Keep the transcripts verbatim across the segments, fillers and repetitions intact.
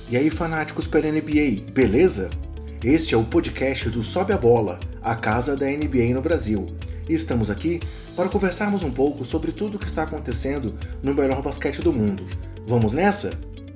E aí, fanáticos pela N B A, beleza? Este é o podcast do Sobe a Bola, a casa da N B A no Brasil. E estamos aqui para conversarmos um pouco sobre tudo o que está acontecendo no melhor basquete do mundo. Vamos nessa?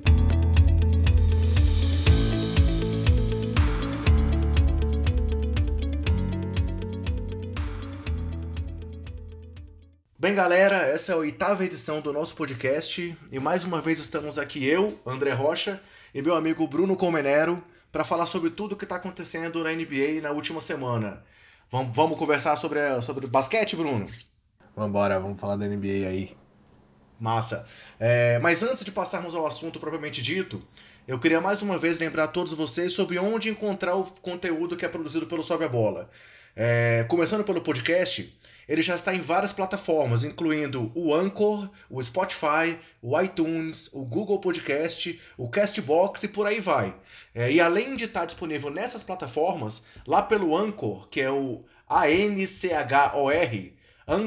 Bem, galera, essa é a oitava edição do nosso podcast e mais uma vez estamos aqui eu, André Rocha, e meu amigo Bruno Colmenero para falar sobre tudo o que está acontecendo na N B A na última semana. Vamos, vamos conversar sobre, a- sobre basquete, Bruno? Vambora, vamos falar da N B A aí. Massa. É, mas antes de passarmos ao assunto propriamente dito, eu queria mais uma vez lembrar a todos vocês sobre onde encontrar o conteúdo que é produzido pelo Sobe a Bola. É, começando pelo podcast, ele já está em várias plataformas, incluindo o Anchor, o Spotify, o iTunes, o Google Podcast, o Castbox e por aí vai. É, e além de estar disponível nessas plataformas, lá pelo Anchor, que é o A N C H O R,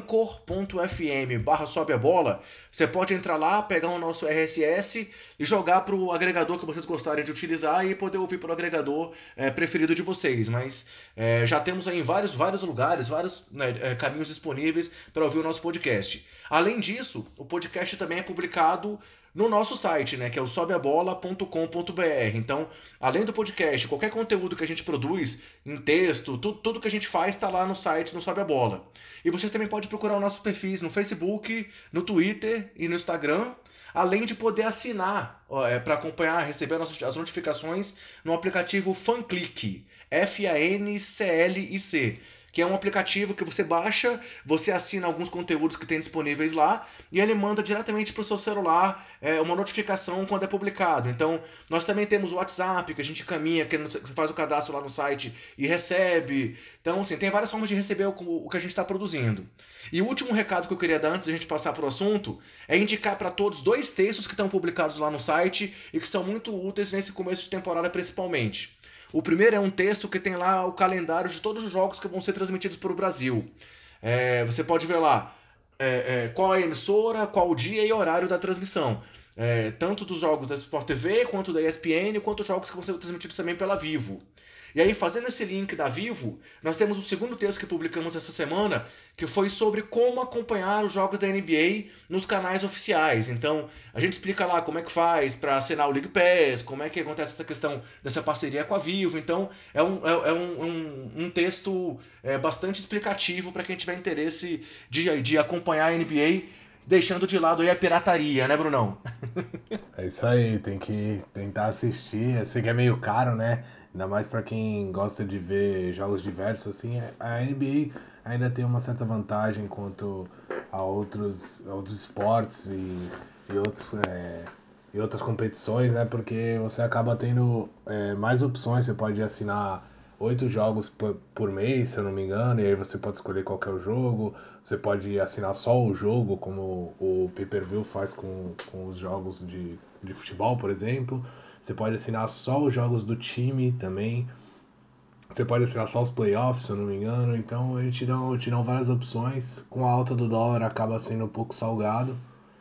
anchor.fm barra sobe a bola, você pode entrar lá, pegar o nosso R S S e jogar para o agregador que vocês gostarem de utilizar e poder ouvir pelo agregador é, preferido de vocês. Mas é, já temos aí em vários, vários lugares, vários né, é, caminhos disponíveis para ouvir o nosso podcast. Além disso, o podcast também é publicado no nosso site, né, que é o sobe a bola ponto com ponto b r. Então, além do podcast, qualquer conteúdo que a gente produz, em texto, tudo, tudo que a gente faz está lá no site, no Sobe a Bola. E vocês também podem procurar os nossos perfis no Facebook, no Twitter e no Instagram, além de poder assinar é, para acompanhar, receber as notificações no aplicativo FanClick, F A N C L I C, que é um aplicativo que você baixa, você assina alguns conteúdos que tem disponíveis lá e ele manda diretamente para o seu celular é, uma notificação quando é publicado. Então, nós também temos o WhatsApp, que a gente caminha, que você faz o cadastro lá no site e recebe. Então, assim, tem várias formas de receber o, o que a gente está produzindo. E o último recado que eu queria dar antes de a gente passar para o assunto é indicar para todos dois textos que estão publicados lá no site e que são muito úteis nesse começo de temporada principalmente. O primeiro é um texto que tem lá o calendário de todos os jogos que vão ser transmitidos para o Brasil. É, você pode ver lá é, é, qual é a emissora, qual o dia e horário da transmissão. É, tanto dos jogos da Sport T V, quanto da E S P N, quanto os jogos que vão ser transmitidos também pela Vivo. E aí, fazendo esse link da Vivo, nós temos o segundo texto que publicamos essa semana, que foi sobre como acompanhar os jogos da N B A nos canais oficiais. Então, a gente explica lá como é que faz para assinar o League Pass, como é que acontece essa questão dessa parceria com a Vivo. Então, é um, é, é um, um, um texto é, bastante explicativo para quem tiver interesse de, de acompanhar a N B A, deixando de lado aí a pirataria, né, Brunão? É isso aí, tem que tentar assistir. Eu sei que é meio caro, né? Ainda mais pra quem gosta de ver jogos diversos, assim. A N B A ainda tem uma certa vantagem quanto a outros, a outros esportes e, e, outros, é, e outras competições, né? Porque você acaba tendo é, mais opções. Você pode assinar oito jogos por, por mês, se eu não me engano, e aí você pode escolher qual que é o jogo. Você pode assinar só o jogo, como o pay-per-view faz com, com os jogos de, de futebol, por exemplo. Você pode assinar só os jogos do time também. Você pode assinar só os playoffs, se eu não me engano. Então eles te dão, te dão várias opções. Com a alta do dólar acaba sendo um pouco salgado.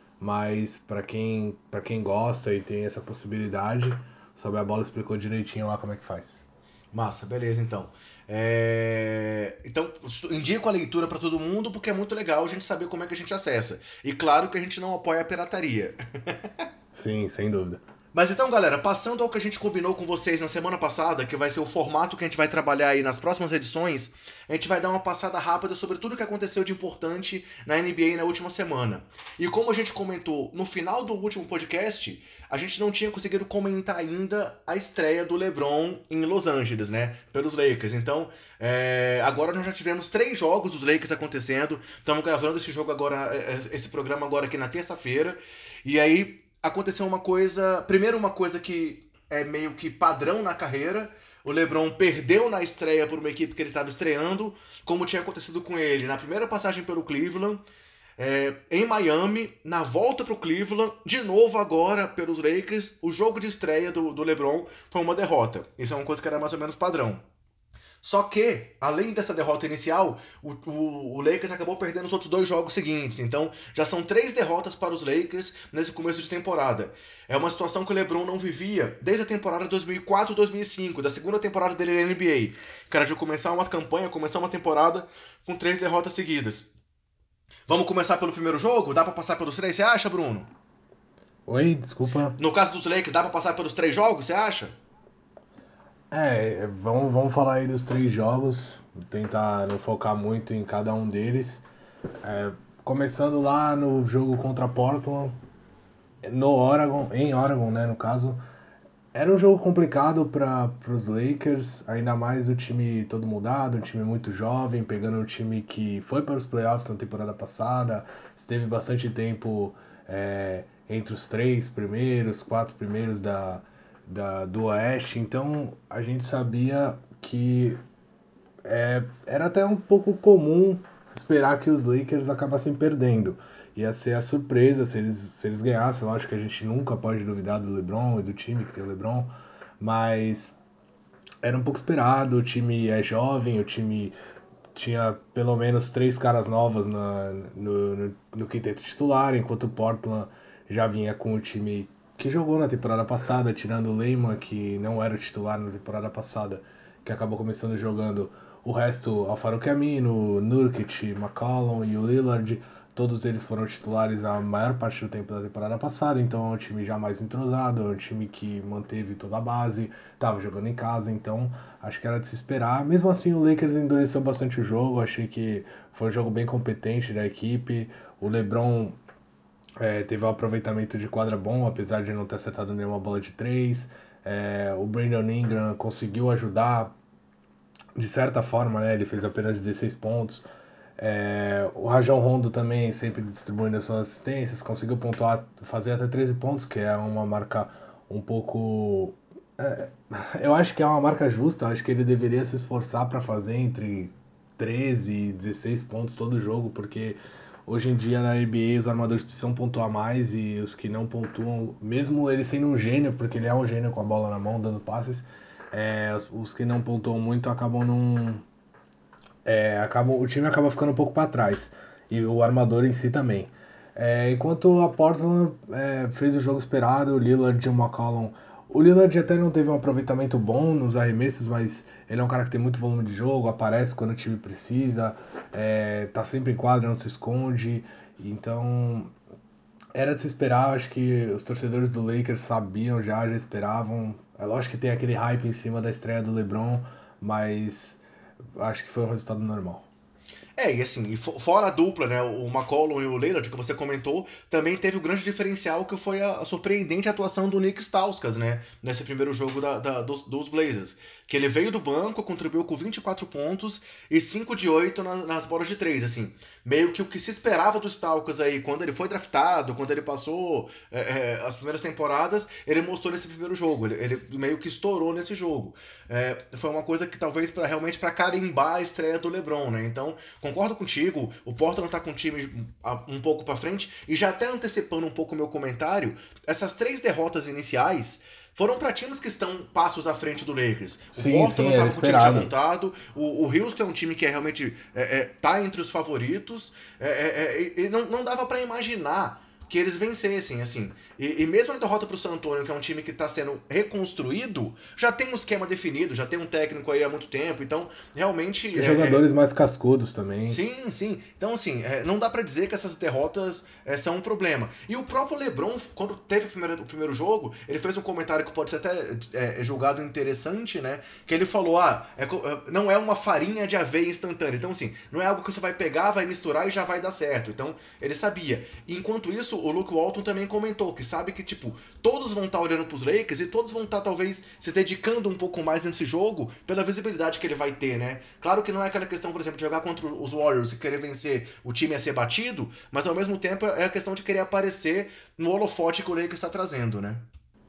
Mas para quem, para quem gosta e tem essa possibilidade, Sobre a Bola explicou direitinho lá como é que faz. Massa, beleza então. É, Então, indico a leitura para todo mundo porque é muito legal a gente saber como é que a gente acessa. E claro que a gente não apoia a pirataria. Sim, sem dúvida. Mas então, galera, passando ao que a gente combinou com vocês na semana passada, que vai ser o formato que a gente vai trabalhar aí nas próximas edições, a gente vai dar uma passada rápida sobre tudo o que aconteceu de importante na N B A na última semana. E como a gente comentou no final do último podcast, a gente não tinha conseguido comentar ainda a estreia do LeBron em Los Angeles, né? Pelos Lakers. Então, é, agora nós já tivemos três jogos dos Lakers acontecendo. Estamos gravando esse jogo agora, esse programa agora aqui na terça-feira. E aí aconteceu uma coisa. Primeiro, uma coisa que é meio que padrão na carreira. O LeBron perdeu na estreia por uma equipe que ele estava estreando, como tinha acontecido com ele na primeira passagem pelo Cleveland, é, em Miami, na volta para o Cleveland, de novo agora pelos Lakers. O jogo de estreia do, do LeBron foi uma derrota. Isso é uma coisa que era mais ou menos padrão. Só que, além dessa derrota inicial, o, o, o Lakers acabou perdendo os outros dois jogos seguintes. Então, já são três derrotas para os Lakers nesse começo de temporada. É uma situação que o LeBron não vivia desde a temporada dois mil e quatro dois mil e cinco, da segunda temporada dele na N B A. Cara, de começar uma campanha, começar uma temporada com três derrotas seguidas. Vamos começar pelo primeiro jogo? Dá pra passar pelos três, você acha, Bruno? Oi, desculpa. No caso dos Lakers, dá pra passar pelos três jogos, você acha? É, vamos, vamos falar aí dos três jogos, tentar não focar muito em cada um deles. É, começando lá no jogo contra Portland, no Oregon, em Oregon, né, no caso, era um jogo complicado para os Lakers, ainda mais o time todo mudado, um time muito jovem, pegando um time que foi para os playoffs na temporada passada, esteve bastante tempo é, entre os três primeiros, quatro primeiros da, da, do Oeste, então a gente sabia que é, era até um pouco comum esperar que os Lakers acabassem perdendo. Ia ser a surpresa se eles, se eles ganhassem. Lógico que a gente nunca pode duvidar do LeBron e do time que tem o LeBron, mas era um pouco esperado. O time é jovem, o time tinha pelo menos três caras novas na, no, no, no quinteto titular, enquanto o Portland já vinha com o time que jogou na temporada passada, tirando o Lehman, que não era o titular na temporada passada, que acabou começando jogando o resto, Alfaro Camino, Nurkic, McCollum e o Lillard. Todos eles foram titulares a maior parte do tempo da temporada passada, então é um time já mais entrosado, é um time que manteve toda a base, estava jogando em casa, então acho que era de se esperar. Mesmo assim, o Lakers endureceu bastante o jogo, achei que foi um jogo bem competente da equipe. O LeBron é, teve um aproveitamento de quadra bom, apesar de não ter acertado nenhuma bola de três. É, o Brandon Ingram conseguiu ajudar de certa forma, né? Ele fez apenas dezesseis pontos. É, o Rajon Rondo também sempre distribuindo as suas assistências, conseguiu pontuar, fazer até treze pontos, que é uma marca um pouco. É, eu acho que é uma marca justa, acho que ele deveria se esforçar para fazer entre treze e dezesseis pontos todo jogo, porque hoje em dia na N B A os armadores precisam pontuar mais e os que não pontuam, mesmo ele sendo um gênio, porque ele é um gênio com a bola na mão, dando passes, é, os, os que não pontuam muito acabam não, é, acaba, o time acaba ficando um pouco para trás. E o armador em si também. É, enquanto a Portland é, fez o jogo esperado, o Lillard e o McCollum. O Lillard até não teve um aproveitamento bom nos arremessos, mas ele é um cara que tem muito volume de jogo, aparece quando o time precisa, é, tá sempre em quadra, não se esconde. Então era de se esperar, acho que os torcedores do Lakers sabiam já, já esperavam. É lógico que tem aquele hype em cima da estreia do LeBron, mas acho que foi um resultado normal. É, e assim, e fora a dupla, né, o McCollum e o Lillard, que você comentou, também teve o grande diferencial que foi a, a surpreendente atuação do Nick Stauskas, né, nesse primeiro jogo da, da, dos, dos Blazers. Que ele veio do banco, contribuiu com vinte e quatro pontos e cinco de oito na, nas bolas de três, assim. Meio que o que se esperava do Stauskas aí, quando ele foi draftado, quando ele passou é, é, as primeiras temporadas, ele mostrou nesse primeiro jogo. Ele, ele meio que estourou nesse jogo. É, foi uma coisa que talvez para realmente para carimbar a estreia do LeBron, né, então concordo contigo, o Portland tá com o time um pouco para frente e já até antecipando um pouco o meu comentário, essas três derrotas iniciais foram para times que estão passos à frente do Lakers. O Sim, sim, Portland era estava com o time já esperado. montado, o, o Houston é um time que é realmente é, é, tá entre os favoritos, é, é, é, e não, não dava para imaginar que eles vencessem, assim. E, e mesmo a derrota pro San Antonio, que é um time que tá sendo reconstruído, já tem um esquema definido, já tem um técnico aí há muito tempo, então realmente Tem é, é, jogadores mais cascudos também. sim, sim. Então, assim, é, não dá pra dizer que essas derrotas é, são um problema. E o próprio LeBron, quando teve o primeiro, o primeiro jogo, ele fez um comentário que pode ser até é, julgado interessante, né? Que ele falou: ah, é, não é uma farinha de aveia instantânea. Então, assim, não é algo que você vai pegar, vai misturar e já vai dar certo. Então, ele sabia. E, enquanto isso, o Luke Walton também comentou que sabe que, tipo, todos vão estar olhando pros Lakers e todos vão estar, talvez, se dedicando um pouco mais nesse jogo pela visibilidade que ele vai ter, né? Claro que não é aquela questão, por exemplo, de jogar contra os Warriors e querer vencer o time a ser batido, mas ao mesmo tempo é a questão de querer aparecer no holofote que o Lakers está trazendo, né?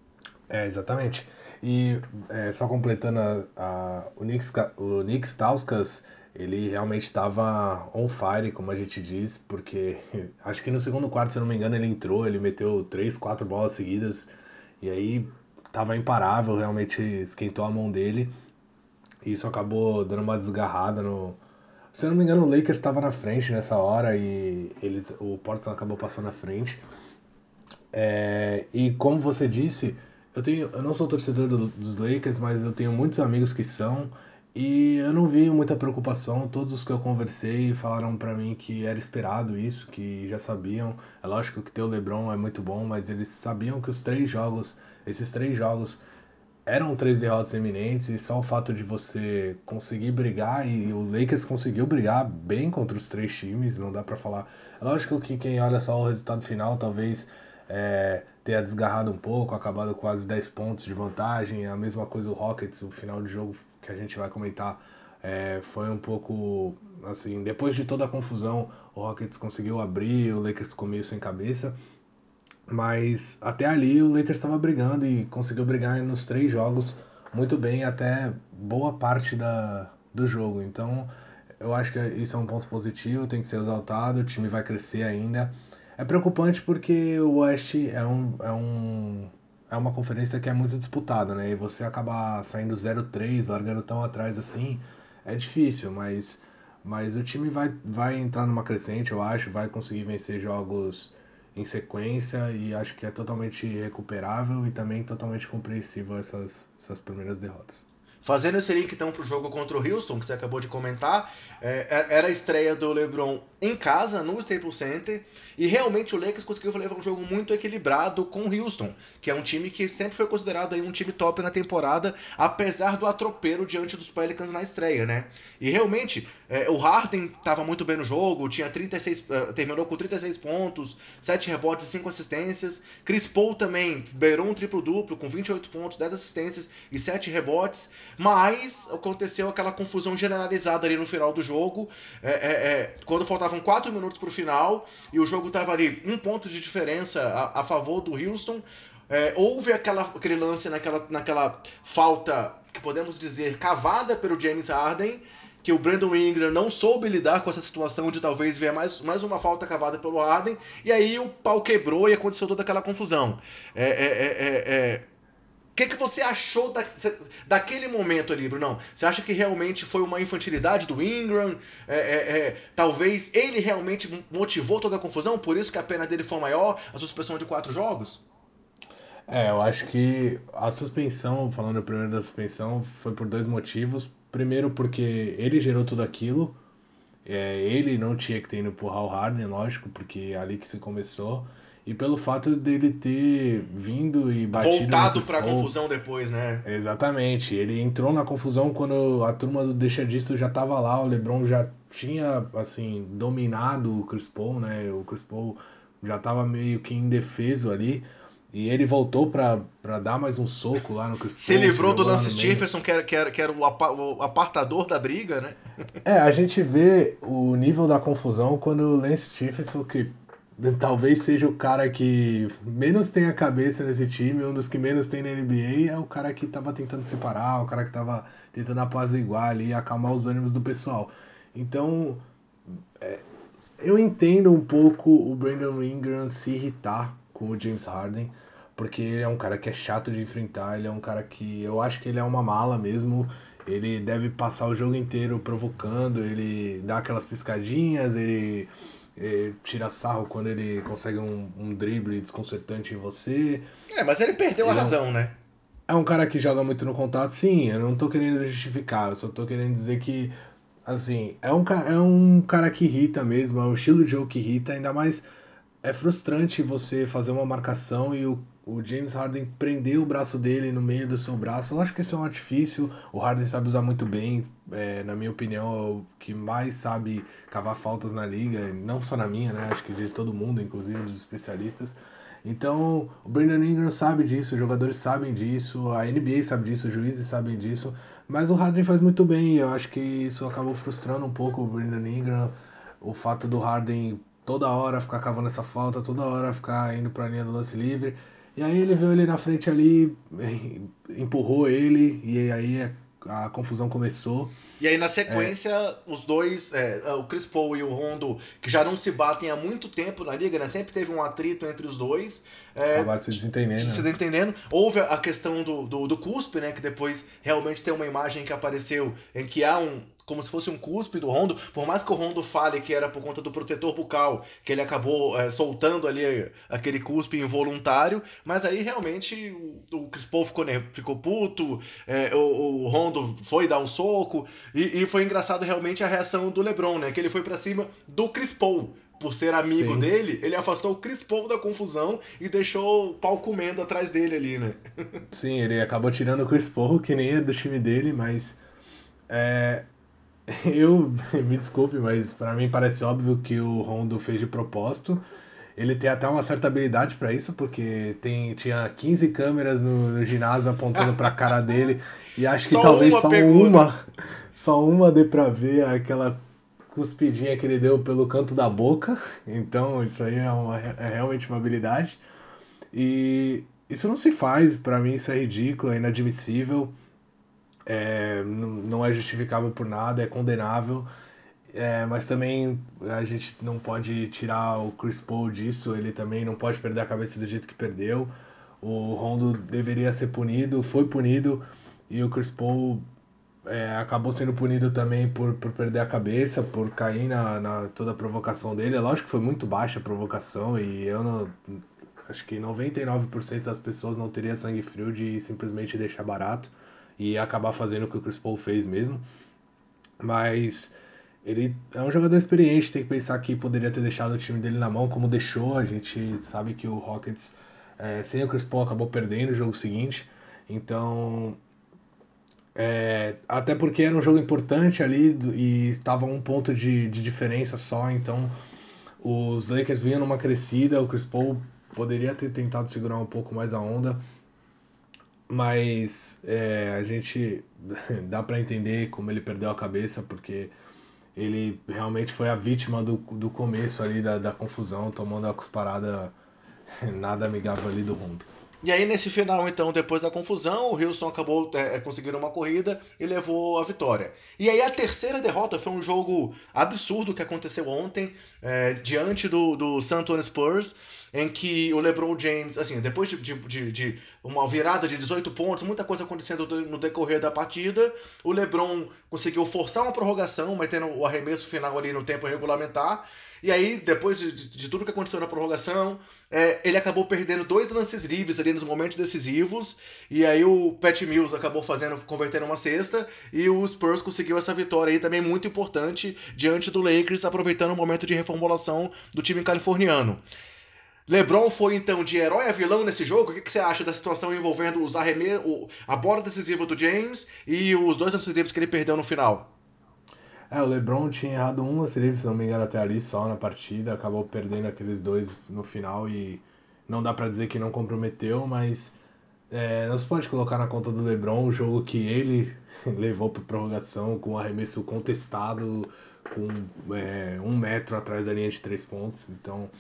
É, exatamente. E é, só completando a, a- o Nick, Ska- o Nick Stauskas, ele realmente estava on fire, como a gente diz, porque acho que no segundo quarto, se eu não me engano, ele entrou, ele meteu três, quatro bolas seguidas, e aí tava imparável, realmente esquentou a mão dele. E isso acabou dando uma desgarrada no. Se eu não me engano, o Lakers estava na frente nessa hora e eles, o Portland acabou passando na frente. É, e como você disse, eu tenho, eu não sou torcedor do- dos Lakers, mas eu tenho muitos amigos que são e eu não vi muita preocupação. Todos os que eu conversei falaram pra mim que era esperado isso, que já sabiam. É lógico que ter o LeBron é muito bom, mas eles sabiam que os três jogos, esses três jogos eram três derrotas iminentes e só o fato de você conseguir brigar, e o Lakers conseguiu brigar bem contra os três times, não dá pra falar. É lógico que quem olha só o resultado final talvez é, tenha desgarrado um pouco, acabado quase dez pontos de vantagem. A mesma coisa o Rockets, o final de jogo que a gente vai comentar é, foi um pouco assim, depois de toda a confusão, o Rockets conseguiu abrir, o Lakers ficou meio sem cabeça. Mas até ali o Lakers estava brigando e conseguiu brigar nos três jogos muito bem até boa parte da, do jogo. Então eu acho que isso é um ponto positivo, tem que ser exaltado, o time vai crescer ainda. É preocupante porque o Oeste é, um, é, um, é uma conferência que é muito disputada, né? E você acabar saindo zero três, largando tão atrás assim, é difícil, mas, mas o time vai, vai entrar numa crescente, eu acho, vai conseguir vencer jogos em sequência e acho que é totalmente recuperável e também totalmente compreensível essas, essas primeiras derrotas. Fazendo esse link então pro jogo contra o Houston, que você acabou de comentar, é, era a estreia do LeBron em casa, no Staples Center, e realmente o Lakers conseguiu levar um jogo muito equilibrado com o Houston, que é um time que sempre foi considerado aí um time top na temporada, apesar do atropelo diante dos Pelicans na estreia, né? E realmente, é, o Harden estava muito bem no jogo, tinha trinta e seis, uh, terminou com trinta e seis pontos, sete rebotes e cinco assistências. Chris Paul também beirou um triplo-duplo com vinte e oito pontos, dez assistências e sete rebotes. Mas aconteceu aquela confusão generalizada ali no final do jogo, é, é, é, quando faltavam quatro minutos para o final e o jogo estava ali um ponto de diferença a, a favor do Houston. É, houve aquela, aquele lance naquela, naquela falta, que podemos dizer, cavada pelo James Harden, que o Brandon Ingram não soube lidar com essa situação de talvez ver mais, mais uma falta cavada pelo Harden, e aí o pau quebrou e aconteceu toda aquela confusão. É, é, é, é, o que, que você achou da, daquele momento ali, Brunão? Você acha que realmente foi uma infantilidade do Ingram? É, é, é, talvez ele realmente motivou toda a confusão, por isso que a pena dele foi maior, a suspensão de quatro jogos? É, eu acho que a suspensão, falando primeiro da suspensão, foi por dois motivos. Primeiro, porque ele gerou tudo aquilo. É, ele não tinha que ter ido empurrar o Harden, lógico, porque é ali que se começou. E pelo fato dele ter vindo e batido no Voltado Chris pra Paul. confusão depois, né? Exatamente. Ele entrou na confusão quando a turma do Deixa Disso já tava lá. O LeBron já tinha, assim, dominado o Chris Paul, né? O Chris Paul já tava meio que indefeso ali. E ele voltou pra, pra dar mais um soco lá no Chris Se Paul, se livrou do jogou lá Lance no meio. Stephenson, que era, que era, que era o, apa, o apartador da briga, né? É, a gente vê o nível da confusão quando o Lance Stephenson, que talvez seja o cara que menos tem a cabeça nesse time, um dos que menos tem na N B A, é o cara que tava tentando separar, o cara que tava tentando apaziguar ali, acalmar os ânimos do pessoal. Então, eu entendo um pouco o Brandon Ingram se irritar com o James Harden, porque ele é um cara que é chato de enfrentar, ele é um cara que eu acho que ele é uma mala mesmo. Ele deve passar o jogo inteiro provocando, ele dá aquelas piscadinhas, ele, eh, tira sarro quando ele consegue um, um drible desconcertante em você. É, mas ele perdeu a Ele é um, razão, né? é um cara que joga muito no contato, sim, eu não tô querendo justificar, eu só tô querendo dizer que, assim, é um, é um cara que irrita mesmo, é um estilo de jogo que irrita, ainda mais é frustrante você fazer uma marcação e o, o James Harden prender o braço dele no meio do seu braço. Eu acho que isso é um artifício, o Harden sabe usar muito bem, é, na minha opinião, é o que mais sabe cavar faltas na liga, não só na minha, né? Acho que de todo mundo, inclusive dos especialistas. Então, o Brandon Ingram sabe disso, os jogadores sabem disso, a N B A sabe disso, os juízes sabem disso, mas o Harden faz muito bem, e eu acho que isso acabou frustrando um pouco o Brandon Ingram, o fato do Harden toda hora ficar cavando essa falta, toda hora ficar indo pra linha do lance livre. E aí ele viu ele na frente ali, empurrou ele, e aí a confusão começou. E aí, na sequência, os dois, é, o Chris Paul e o Rondo, que já não se batem há muito tempo na liga, né? Sempre teve um atrito entre os dois. É, Acabaram se desentendendo, você né? tá entendendo? Houve a questão do, do, do cuspe, né? Que depois realmente tem uma imagem que apareceu em que há um. Como se fosse um cuspe do Rondo. Por mais que o Rondo fale que era por conta do protetor bucal, que ele acabou é, soltando ali aquele cuspe involuntário. Mas aí realmente o, o Chris Paul ficou, né, ficou puto, é, o, o Rondo foi dar um soco. E, e foi engraçado realmente a reação do LeBron, né? Que ele foi pra cima do Chris Paul. Por ser amigo Sim, dele, ele afastou o Chris Paul da confusão e deixou o pau comendo atrás dele ali, né? sim, ele acabou tirando o Chris Paul, que nem é do time dele, mas é, eu, me desculpe, mas pra mim parece óbvio que o Rondo fez de propósito. Ele tem até uma certa habilidade pra isso, porque tem, tinha quinze câmeras no, no ginásio apontando pra cara dele, e acho que Só talvez uma só pegou, né? uma, só uma dê pra ver aquela cuspidinha que ele deu pelo canto da boca. Então isso aí é, uma, é realmente uma habilidade. E isso não se faz, pra mim isso é ridículo, é inadmissível, é, não, não é justificável por nada, é condenável. É, mas também a gente não pode tirar o Chris Paul disso, ele também não pode perder a cabeça do jeito que perdeu. O Rondo deveria ser punido, foi punido, e o Chris Paul é, acabou sendo punido também por, por perder a cabeça, por cair na, na toda a provocação dele. É lógico que foi muito baixa a provocação, e eu não, acho que noventa e nove por cento das pessoas não teria sangue frio de simplesmente deixar barato e acabar fazendo o que o Chris Paul fez mesmo. Mas ele é um jogador experiente, tem que pensar que poderia ter deixado o time dele na mão, como deixou. A gente sabe que o Rockets, é, sem o Chris Paul, acabou perdendo o jogo seguinte. Então, é, até porque era um jogo importante ali e estava um ponto de, de diferença só. Então, os Lakers vinham numa crescida. O Chris Paul poderia ter tentado segurar um pouco mais a onda, mas é, a gente dá pra entender como ele perdeu a cabeça, porque ele realmente foi a vítima do, do começo ali da, da confusão, tomando a cusparada nada amigável ali do Rondo. E aí, nesse final, então, depois da confusão, o Houston acabou é, é, conseguindo uma corrida e levou a vitória. E aí, a terceira derrota foi um jogo absurdo que aconteceu ontem, é, diante do, do San Antonio Spurs, em que o LeBron James, assim, depois de, de, de uma virada de dezoito pontos, muita coisa acontecendo no decorrer da partida, o LeBron conseguiu forçar uma prorrogação, metendo o arremesso final ali no tempo regulamentar. E aí, depois de, de, de tudo que aconteceu na prorrogação, é, ele acabou perdendo dois lances livres ali nos momentos decisivos. E aí o Pat Mills acabou fazendo, convertendo uma cesta. E o Spurs conseguiu essa vitória aí também muito importante diante do Lakers, aproveitando o momento de reformulação do time californiano. LeBron foi então de herói a vilão nesse jogo? O que, que você acha da situação envolvendo os arremessos, a bola decisiva do James e os dois lances livres que ele perdeu no final? É, o LeBron tinha errado um lance livre, se não me engano, até ali só na partida, acabou perdendo aqueles dois no final e não dá pra dizer que não comprometeu, mas é, não se pode colocar na conta do LeBron o jogo que ele levou para prorrogação com um arremesso contestado, com é, um metro atrás da linha de três pontos. Então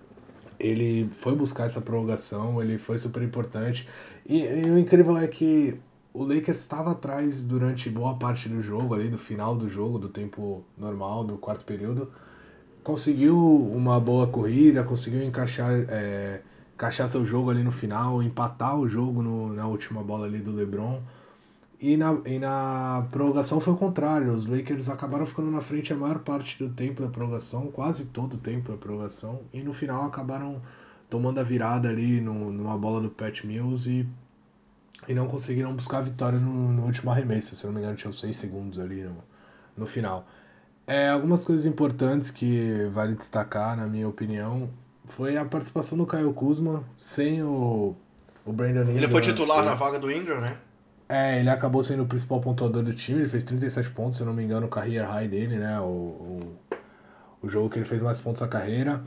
ele foi buscar essa prorrogação, ele foi super importante. E, e o incrível é que o Lakers estava atrás durante boa parte do jogo, ali do final do jogo, do tempo normal, do quarto período. Conseguiu uma boa corrida, conseguiu encaixar, é, encaixar seu jogo ali no final, empatar o jogo no, na última bola ali do LeBron. E na, e na prorrogação foi o contrário. Os Lakers acabaram ficando na frente a maior parte do tempo da prorrogação, quase todo o tempo da prorrogação. E no final acabaram tomando a virada ali no, numa bola do Pat Mills e, e não conseguiram buscar a vitória no, no último arremesso. Se eu não me engano, tinham seis segundos ali no, no final. É, algumas coisas importantes que vale destacar, na minha opinião, foi a participação do Kyle Kuzma sem o, o Brandon Ele foi Ingram. titular na Ele, vaga do Ingram, né? é, ele acabou sendo o principal pontuador do time, ele fez trinta e sete pontos, se eu não me engano, o career high dele, né? O, o, o jogo que ele fez mais pontos na carreira.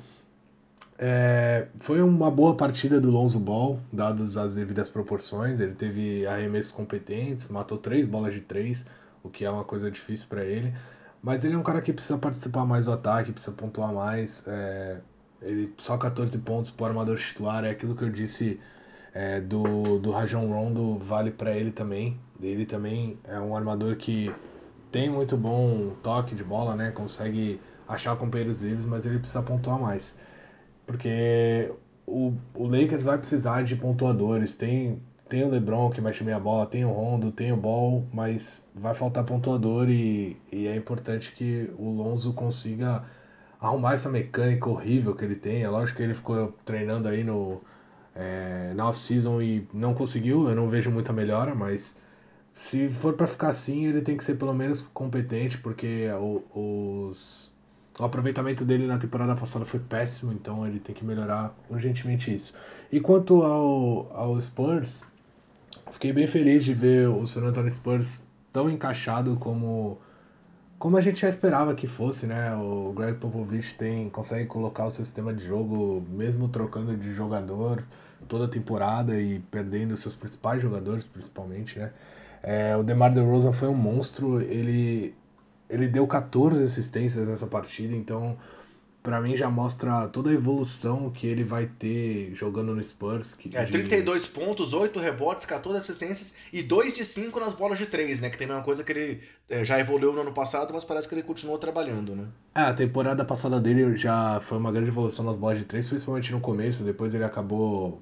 É, foi uma boa partida do Lonzo Ball, dadas as devidas proporções. Ele teve arremessos competentes, matou três bolas de três, o que é uma coisa difícil para ele. Mas ele é um cara que precisa participar mais do ataque, precisa pontuar mais. É, ele só catorze pontos para o armador titular, é aquilo que eu disse é, do, do Rajon Rondo vale para ele também. Ele também é um armador que tem muito bom toque de bola, né? Consegue achar companheiros livres, mas ele precisa pontuar mais. Porque o, o Lakers vai precisar de pontuadores. Tem, tem o LeBron que mexe meia bola, tem o Rondo, tem o Ball, mas vai faltar pontuador e, e é importante que o Lonzo consiga arrumar essa mecânica horrível que ele tem. É lógico que ele ficou treinando aí no, é, na off-season e não conseguiu, eu não vejo muita melhora, mas se for pra ficar assim, ele tem que ser pelo menos competente, porque o, os, o aproveitamento dele na temporada passada foi péssimo, então ele tem que melhorar urgentemente isso. E quanto ao, ao Spurs, fiquei bem feliz de ver o San Antonio Spurs tão encaixado como como a gente já esperava que fosse, né? O Greg Popovich tem, consegue colocar o seu sistema de jogo, mesmo trocando de jogador toda a temporada e perdendo seus principais jogadores, principalmente, né? É, o DeMar DeRozan foi um monstro, ele, ele deu quatorze assistências nessa partida, então pra mim já mostra toda a evolução que ele vai ter jogando no Spurs, que, É, trinta e de dois pontos, oito rebotes, quatorze assistências e dois de cinco nas bolas de três, né? Que tem uma coisa que ele é, já evoluiu no ano passado, mas parece que ele continua trabalhando, né? É, a temporada passada dele já foi uma grande evolução nas bolas de três, principalmente no começo. Depois ele acabou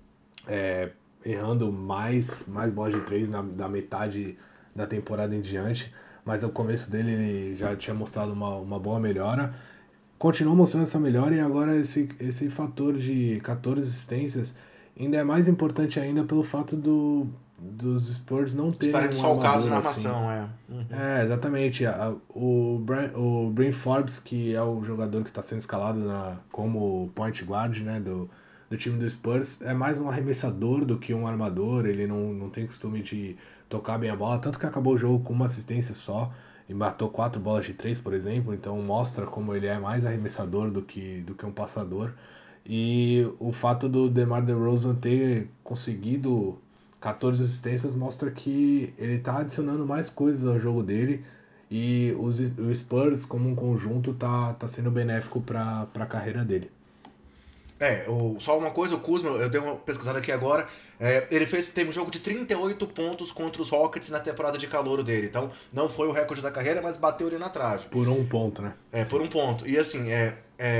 é, errando mais, mais bolas de três na, da metade da temporada em diante. Mas o começo dele ele já tinha mostrado uma, uma boa melhora. Continuou mostrando essa melhora e agora esse, esse fator de quatorze assistências ainda é mais importante ainda pelo fato do, dos Spurs não terem Estarem um desfalcados armador na assim. armação, é. Uhum. É, exatamente. A- o, Bra o Bryn Forbes, que é o jogador que está sendo escalado na, como point guard, né, do, do time do Spurs, é mais um arremessador do que um armador. Ele não, não tem costume de tocar bem a bola, tanto que acabou o jogo com uma assistência só e matou quatro bolas de três, por exemplo. Então mostra como ele é mais arremessador do que, do que um passador. E o fato do DeMar DeRozan ter conseguido quatorze assistências mostra que ele está adicionando mais coisas ao jogo dele e os, o Spurs como um conjunto tá, tá sendo benéfico para a carreira dele. É, o, só uma coisa, o Kuzma, eu dei uma pesquisada aqui agora, é, ele fez, teve um jogo de trinta e oito pontos contra os Rockets na temporada de calouro dele. Então, não foi o recorde da carreira, mas bateu ele na trave. Por um ponto, né? É, por Sim. um ponto. E assim, é,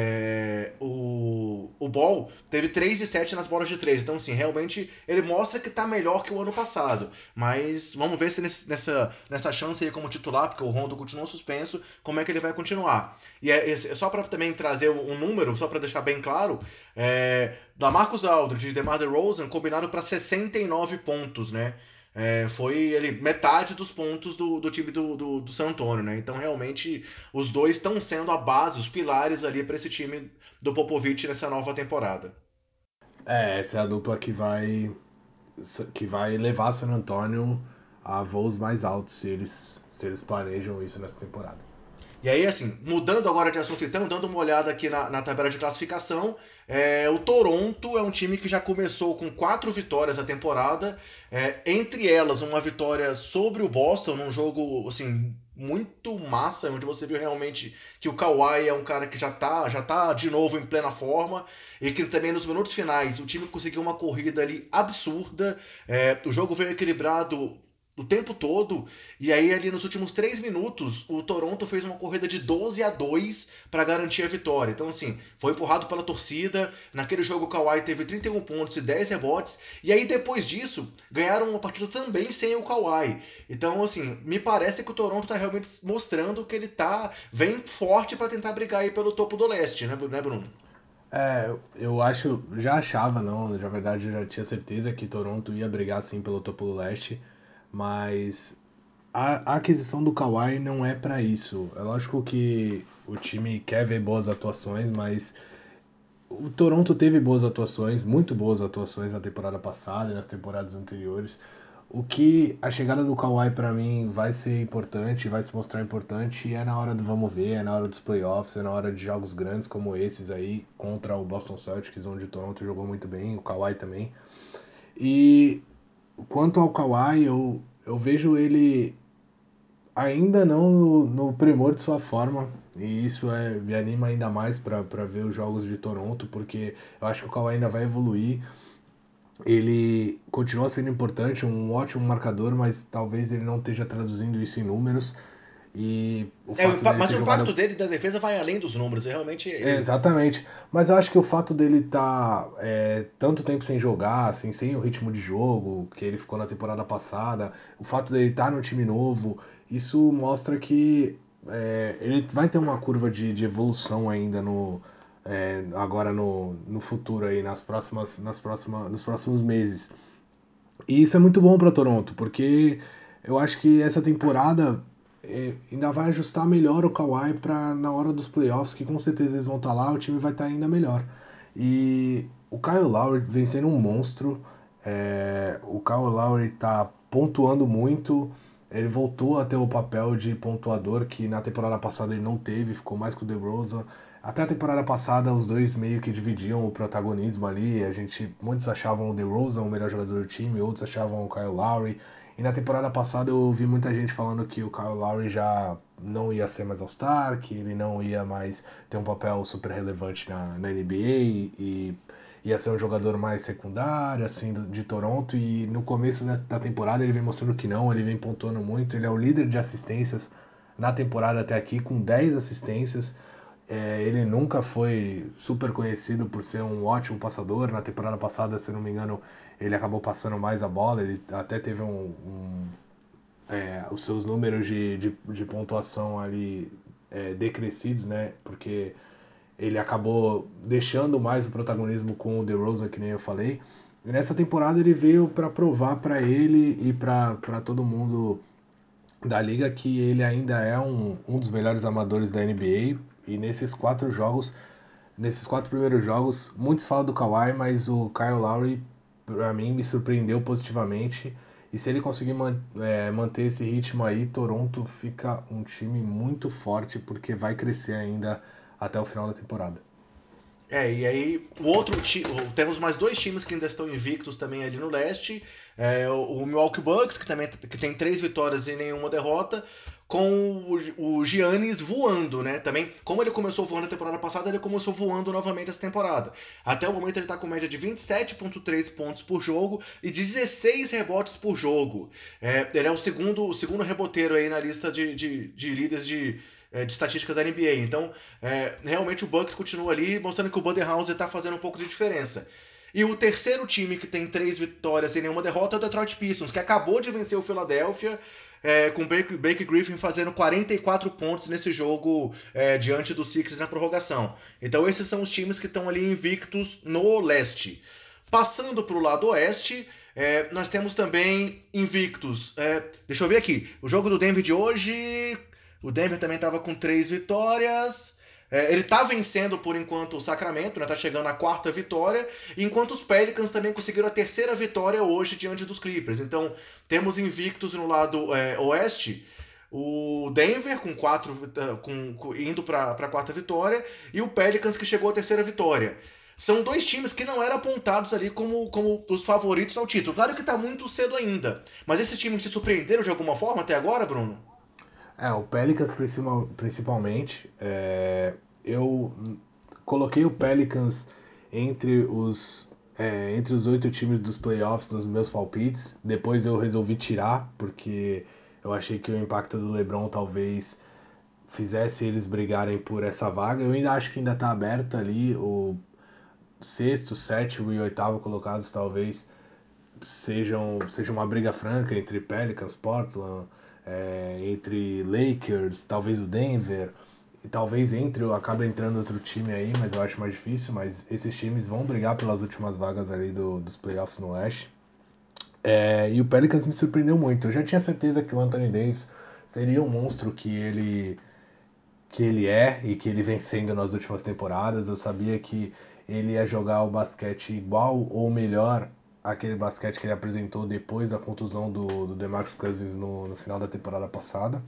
é, o, o Ball teve três de sete nas bolas de três. Então, assim, realmente ele mostra que tá melhor que o ano passado. Mas vamos ver se nesse, nessa, nessa chance aí como titular, porque o Rondo continua suspenso, como é que ele vai continuar. E é, é só para também trazer um número, só para deixar bem claro, é, Lamarcus Aldridge e DeMar DeRozan combinaram para sessenta e nove pontos, né? É, foi ele, metade dos pontos do, do time do, do, do San Antonio, né? Então, realmente, os dois estão sendo a base, os pilares ali para esse time do Popovich nessa nova temporada. É, essa é a dupla que vai que vai levar San Antonio a voos mais altos se eles se eles planejam isso nessa temporada. E aí, assim, mudando agora de assunto, então, dando uma olhada aqui na, na tabela de classificação, é, o Toronto é um time que já começou com quatro vitórias a temporada, é, entre elas uma vitória sobre o Boston, num jogo, assim, muito massa, onde você viu realmente que o Kawhi é um cara que já tá, já tá de novo em plena forma, e que também nos minutos finais o time conseguiu uma corrida ali absurda, é, o jogo veio equilibrado o tempo todo, e aí, ali nos últimos três minutos, o Toronto fez uma corrida de doze a dois para garantir a vitória. Então, assim, foi empurrado pela torcida. Naquele jogo, o Kawhi teve trinta e um pontos e dez rebotes. E aí, depois disso, ganharam uma partida também sem o Kawhi. Então, assim, me parece que o Toronto tá realmente mostrando que ele tá vem forte para tentar brigar aí pelo topo do leste, né, né Bruno? É, eu acho, já achava, não, na verdade eu já tinha certeza que Toronto ia brigar sim pelo topo do leste, mas a, a aquisição do Kawhi não é pra isso. É lógico que o time quer ver boas atuações, mas o Toronto teve boas atuações, muito boas atuações na temporada passada e nas temporadas anteriores. O que a chegada do Kawhi pra mim vai ser importante, vai se mostrar importante, é na hora do vamos ver, é na hora dos playoffs, é na hora de jogos grandes como esses aí, contra o Boston Celtics, onde o Toronto jogou muito bem, o Kawhi também. E quanto ao Kawhi, eu, eu vejo ele ainda não no, no primor de sua forma. E isso é, me anima ainda mais para ver os jogos de Toronto, porque eu acho que o Kawhi ainda vai evoluir. Ele continua sendo importante, um ótimo marcador, mas talvez ele não esteja traduzindo isso em números. E o É, o fato impa- dele mas ter o impacto jogado. dele da defesa vai além dos números. É realmente É, ele. exatamente. Mas eu acho que o fato dele estar tá, é, tanto tempo sem jogar, assim, sem o ritmo de jogo que ele ficou na temporada passada, o fato dele estar tá no time novo, isso mostra que é, ele vai ter uma curva de, de evolução ainda no, é, agora no, no futuro aí, nas próximas, nas próximas, nos próximos meses. E isso é muito bom para Toronto, porque eu acho que essa temporada é, ainda vai ajustar melhor o Kawhi para na hora dos playoffs, que com certeza eles vão estar lá, o time vai estar ainda melhor. E o Kyle Lowry vem sendo um monstro, é, o Kyle Lowry está pontuando muito, ele voltou a ter o papel de pontuador que na temporada passada ele não teve, ficou mais com o DeRozan. Até a temporada passada, os dois meio que dividiam o protagonismo ali. A gente, muitos achavam o DeRozan o melhor jogador do time, outros achavam o Kyle Lowry. E na temporada passada eu ouvi muita gente falando que o Kyle Lowry já não ia ser mais All-Star, que ele não ia mais ter um papel super relevante na, na N B A e ia ser um jogador mais secundário, assim, do, de Toronto. E no começo da temporada ele vem mostrando que não, ele vem pontuando muito. Ele é o líder de assistências na temporada até aqui, com dez assistências. É, ele nunca foi super conhecido por ser um ótimo passador. Na temporada passada, se não me engano, ele acabou passando mais a bola. Ele até teve um, um, é, os seus números de, de, de pontuação ali é, decrescidos, né? Porque ele acabou deixando mais o protagonismo com o DeRozan, que nem eu falei. E nessa temporada ele veio para provar para ele e para todo mundo da liga que ele ainda é um, um dos melhores amadores da N B A. E nesses quatro jogos, nesses quatro primeiros jogos, muitos falam do Kawhi, mas o Kyle Lowry, pra mim, me surpreendeu positivamente. E se ele conseguir man é, manter esse ritmo aí, Toronto fica um time muito forte, porque vai crescer ainda até o final da temporada. É, e aí o outro time, temos mais dois times que ainda estão invictos também ali no leste. É, o, o Milwaukee Bucks, que também que tem três vitórias e nenhuma derrota, com o, o Giannis voando, né? Também, como ele começou voando a temporada passada, ele começou voando novamente essa temporada. Até o momento ele está com média de vinte e sete vírgula três pontos por jogo e dezesseis rebotes por jogo. É, ele é o segundo, o segundo reboteiro aí na lista de, de, de líderes de, é, de estatísticas da N B A. Então, é, realmente o Bucks continua ali, mostrando que o Budenholzer está fazendo um pouco de diferença. E o terceiro time que tem três vitórias e nenhuma derrota é o Detroit Pistons, que acabou de vencer o Philadelphia, é, com o Blake, Blake Griffin fazendo quarenta e quatro pontos nesse jogo é, diante dos Sixers na prorrogação. Então esses são os times que estão ali invictos no leste. Passando para o lado oeste, é, nós temos também invictos. É, deixa eu ver aqui. O jogo do Denver de hoje. O Denver também estava com três vitórias. É, ele tá vencendo por enquanto o Sacramento, né? Tá chegando à quarta vitória, enquanto os Pelicans também conseguiram a terceira vitória hoje diante dos Clippers. Então, temos invictos no lado é, oeste, o Denver com quatro com, com, indo para a quarta vitória e o Pelicans que chegou à terceira vitória. São dois times que não eram apontados ali como, como os favoritos ao título. Claro que tá muito cedo ainda, mas esses times te surpreenderam de alguma forma até agora, Bruno? É, o Pelicans principalmente. É, eu coloquei o Pelicans entre os é, entre os oito times dos playoffs nos meus palpites. Depois eu resolvi tirar, porque eu achei que o impacto do LeBron talvez fizesse eles brigarem por essa vaga. Eu ainda acho que ainda está aberto ali. O sexto, sétimo e oitavo colocados talvez sejam, seja uma briga franca entre Pelicans, Portland, é, entre Lakers, talvez o Denver, e talvez entre acabe entrando outro time aí, mas eu acho mais difícil. Mas esses times vão brigar pelas últimas vagas ali do, dos playoffs no Oeste. É, e o Pelicans me surpreendeu muito. Eu já tinha certeza que o Anthony Davis seria um monstro que ele que ele é e que ele vem sendo nas últimas temporadas. Eu sabia que ele ia jogar o basquete igual ou melhor aquele basquete que ele apresentou depois da contusão do, do DeMarcus Cousins no, no final da temporada passada.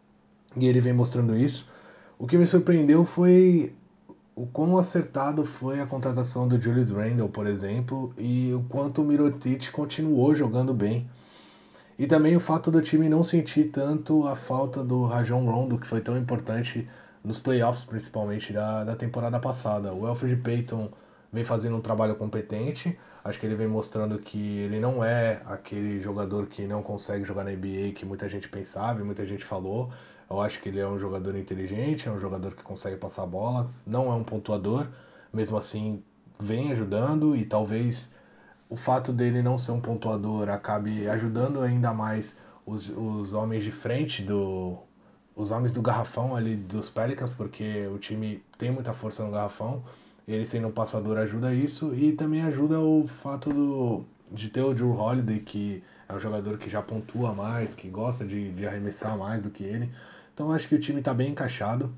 E ele vem mostrando isso. O que me surpreendeu foi o quão acertado foi a contratação do Julius Randle, por exemplo, e o quanto o Mirotic continuou jogando bem. E também o fato do time não sentir tanto a falta do Rajon Rondo, que foi tão importante nos playoffs, principalmente da, da temporada passada. O Elfrid Payton vem fazendo um trabalho competente. Acho que ele vem mostrando que ele não é aquele jogador que não consegue jogar na N B A que muita gente pensava e muita gente falou. Eu acho que ele é um jogador inteligente, é um jogador que consegue passar a bola, não é um pontuador, mesmo assim vem ajudando e talvez o fato dele não ser um pontuador acabe ajudando ainda mais os, os homens de frente do os homens do garrafão ali dos Pelicans, porque o time tem muita força no garrafão. Ele sendo um passador ajuda isso e também ajuda o fato do, de ter o Drew Holiday, que é um jogador que já pontua mais, que gosta de, de arremessar mais do que ele. Então acho que o time está bem encaixado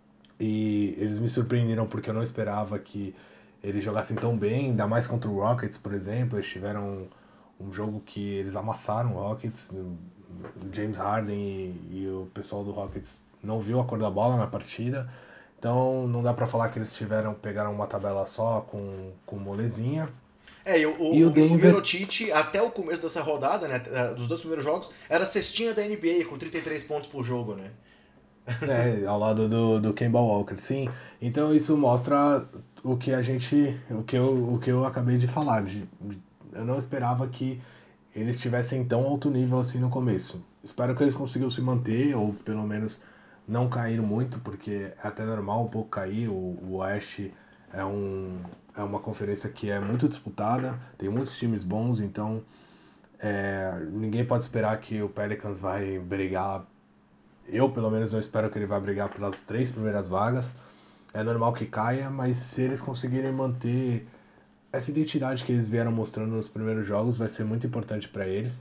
e eles me surpreenderam porque eu não esperava que eles jogassem tão bem, ainda mais contra o Rockets, por exemplo. Eles tiveram um, um jogo que eles amassaram o Rockets. O James Harden e, e o pessoal do Rockets não viu a cor da bola na partida. Então não dá pra falar que eles tiveram pegaram uma tabela só com, com molezinha. É, e o, E o o, o Denver, Mirotic, até o começo dessa rodada, né, dos dois primeiros jogos, era a cestinha da N B A, com trinta e três pontos por jogo, né? é, ao lado do, do Kemba Walker, sim. Então isso mostra o que a gente, o que eu, o que eu acabei de falar. De, eu não esperava que eles estivessem tão alto nível assim no começo. Espero que eles consigam se manter, ou pelo menos não cair muito, porque é até normal um pouco cair. O, o Oeste é, um, é uma conferência que é muito disputada, tem muitos times bons, então é, ninguém pode esperar que o Pelicans vai brigar. Eu, pelo menos, não espero que ele vá brigar pelas três primeiras vagas. É normal que caia, mas se eles conseguirem manter essa identidade que eles vieram mostrando nos primeiros jogos, vai ser muito importante para eles.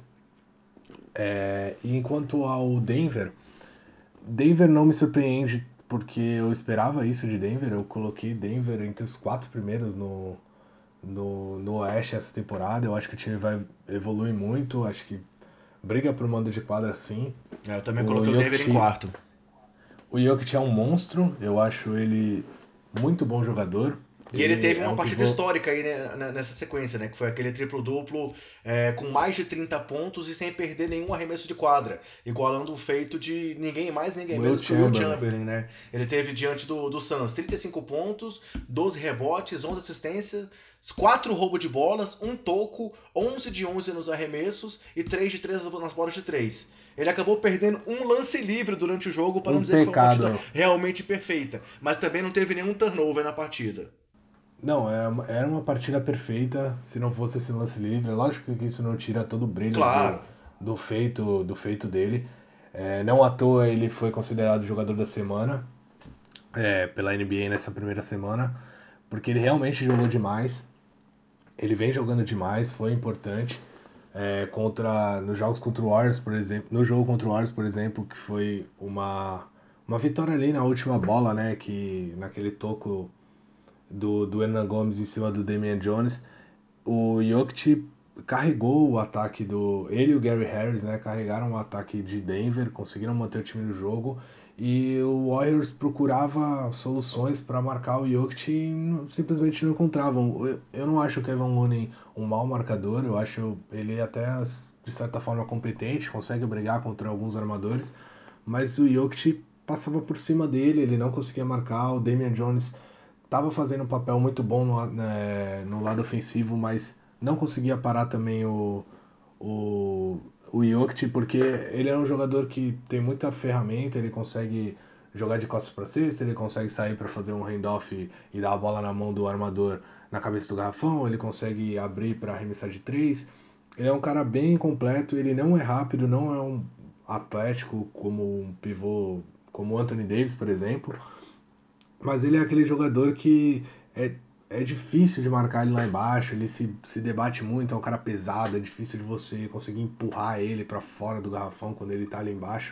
É, e enquanto ao Denver, Denver não me surpreende porque eu esperava isso de Denver. Eu coloquei Denver entre os quatro primeiros no, no, no Oeste essa temporada. Eu acho que o time vai evoluir muito. Acho que briga pro mando de quadra sim. É, eu também O coloquei o Denver em Jokic, quarto. o Jokic é um monstro. Eu acho ele muito bom jogador. E ele Ele teve é uma um partida pivô. histórica aí né, nessa sequência, né? Que foi aquele triplo-duplo é, com mais de trinta pontos e sem perder nenhum arremesso de quadra. Igualando o feito de ninguém mais, ninguém Will menos que o Will Chamberlain. Chamberlain, né? Ele teve diante do, do Suns trinta e cinco pontos, doze rebotes, onze assistências, quatro roubos de bolas, um toco, onze de onze nos arremessos e três de três nas bolas de três. Ele acabou perdendo um lance livre durante o jogo, para não Um dizer que foi uma partida pecado. realmente perfeita. Mas também não teve nenhum turnover na partida. Não, era uma, era uma partida perfeita se não fosse esse lance livre. Lógico que isso não tira todo o brilho do, Claro. do feito do feito dele. É, não à toa ele foi considerado jogador da semana é, pela N B A nessa primeira semana, porque ele realmente jogou demais. Ele vem jogando demais, foi importante. É, contra nos jogos contra o Warriors, por exemplo, no jogo contra o Warriors, por exemplo, que foi uma uma vitória ali na última bola, né, que naquele toco do, do Hernan Gomes em cima do Damian Jones, o Jokic carregou o ataque do... Ele e o Gary Harris, né, carregaram o ataque de Denver, conseguiram manter o time no jogo, e o Warriors procurava soluções para marcar o Jokic e não- simplesmente não encontravam. Eu, eu não acho o Kevin Looney um mau marcador, eu acho ele até, de certa forma, competente, consegue brigar contra alguns armadores, mas o Jokic passava por cima dele, ele não conseguia marcar, o Damian Jones estava fazendo um papel muito bom no, né, no lado ofensivo, mas não conseguia parar também o, o, o Jokic, porque ele é um jogador que tem muita ferramenta, ele consegue jogar de costas para cesta, ele consegue sair para fazer um handoff e, e dar a bola na mão do armador na cabeça do garrafão, ele consegue abrir para arremessar de três. Ele é um cara bem completo, ele não é rápido, não é um atlético como um pivô como o Anthony Davis, por exemplo, mas ele é aquele jogador que é, é difícil de marcar ele lá embaixo, ele se, se debate muito, é um cara pesado, é difícil de você conseguir empurrar ele para fora do garrafão quando ele tá ali embaixo.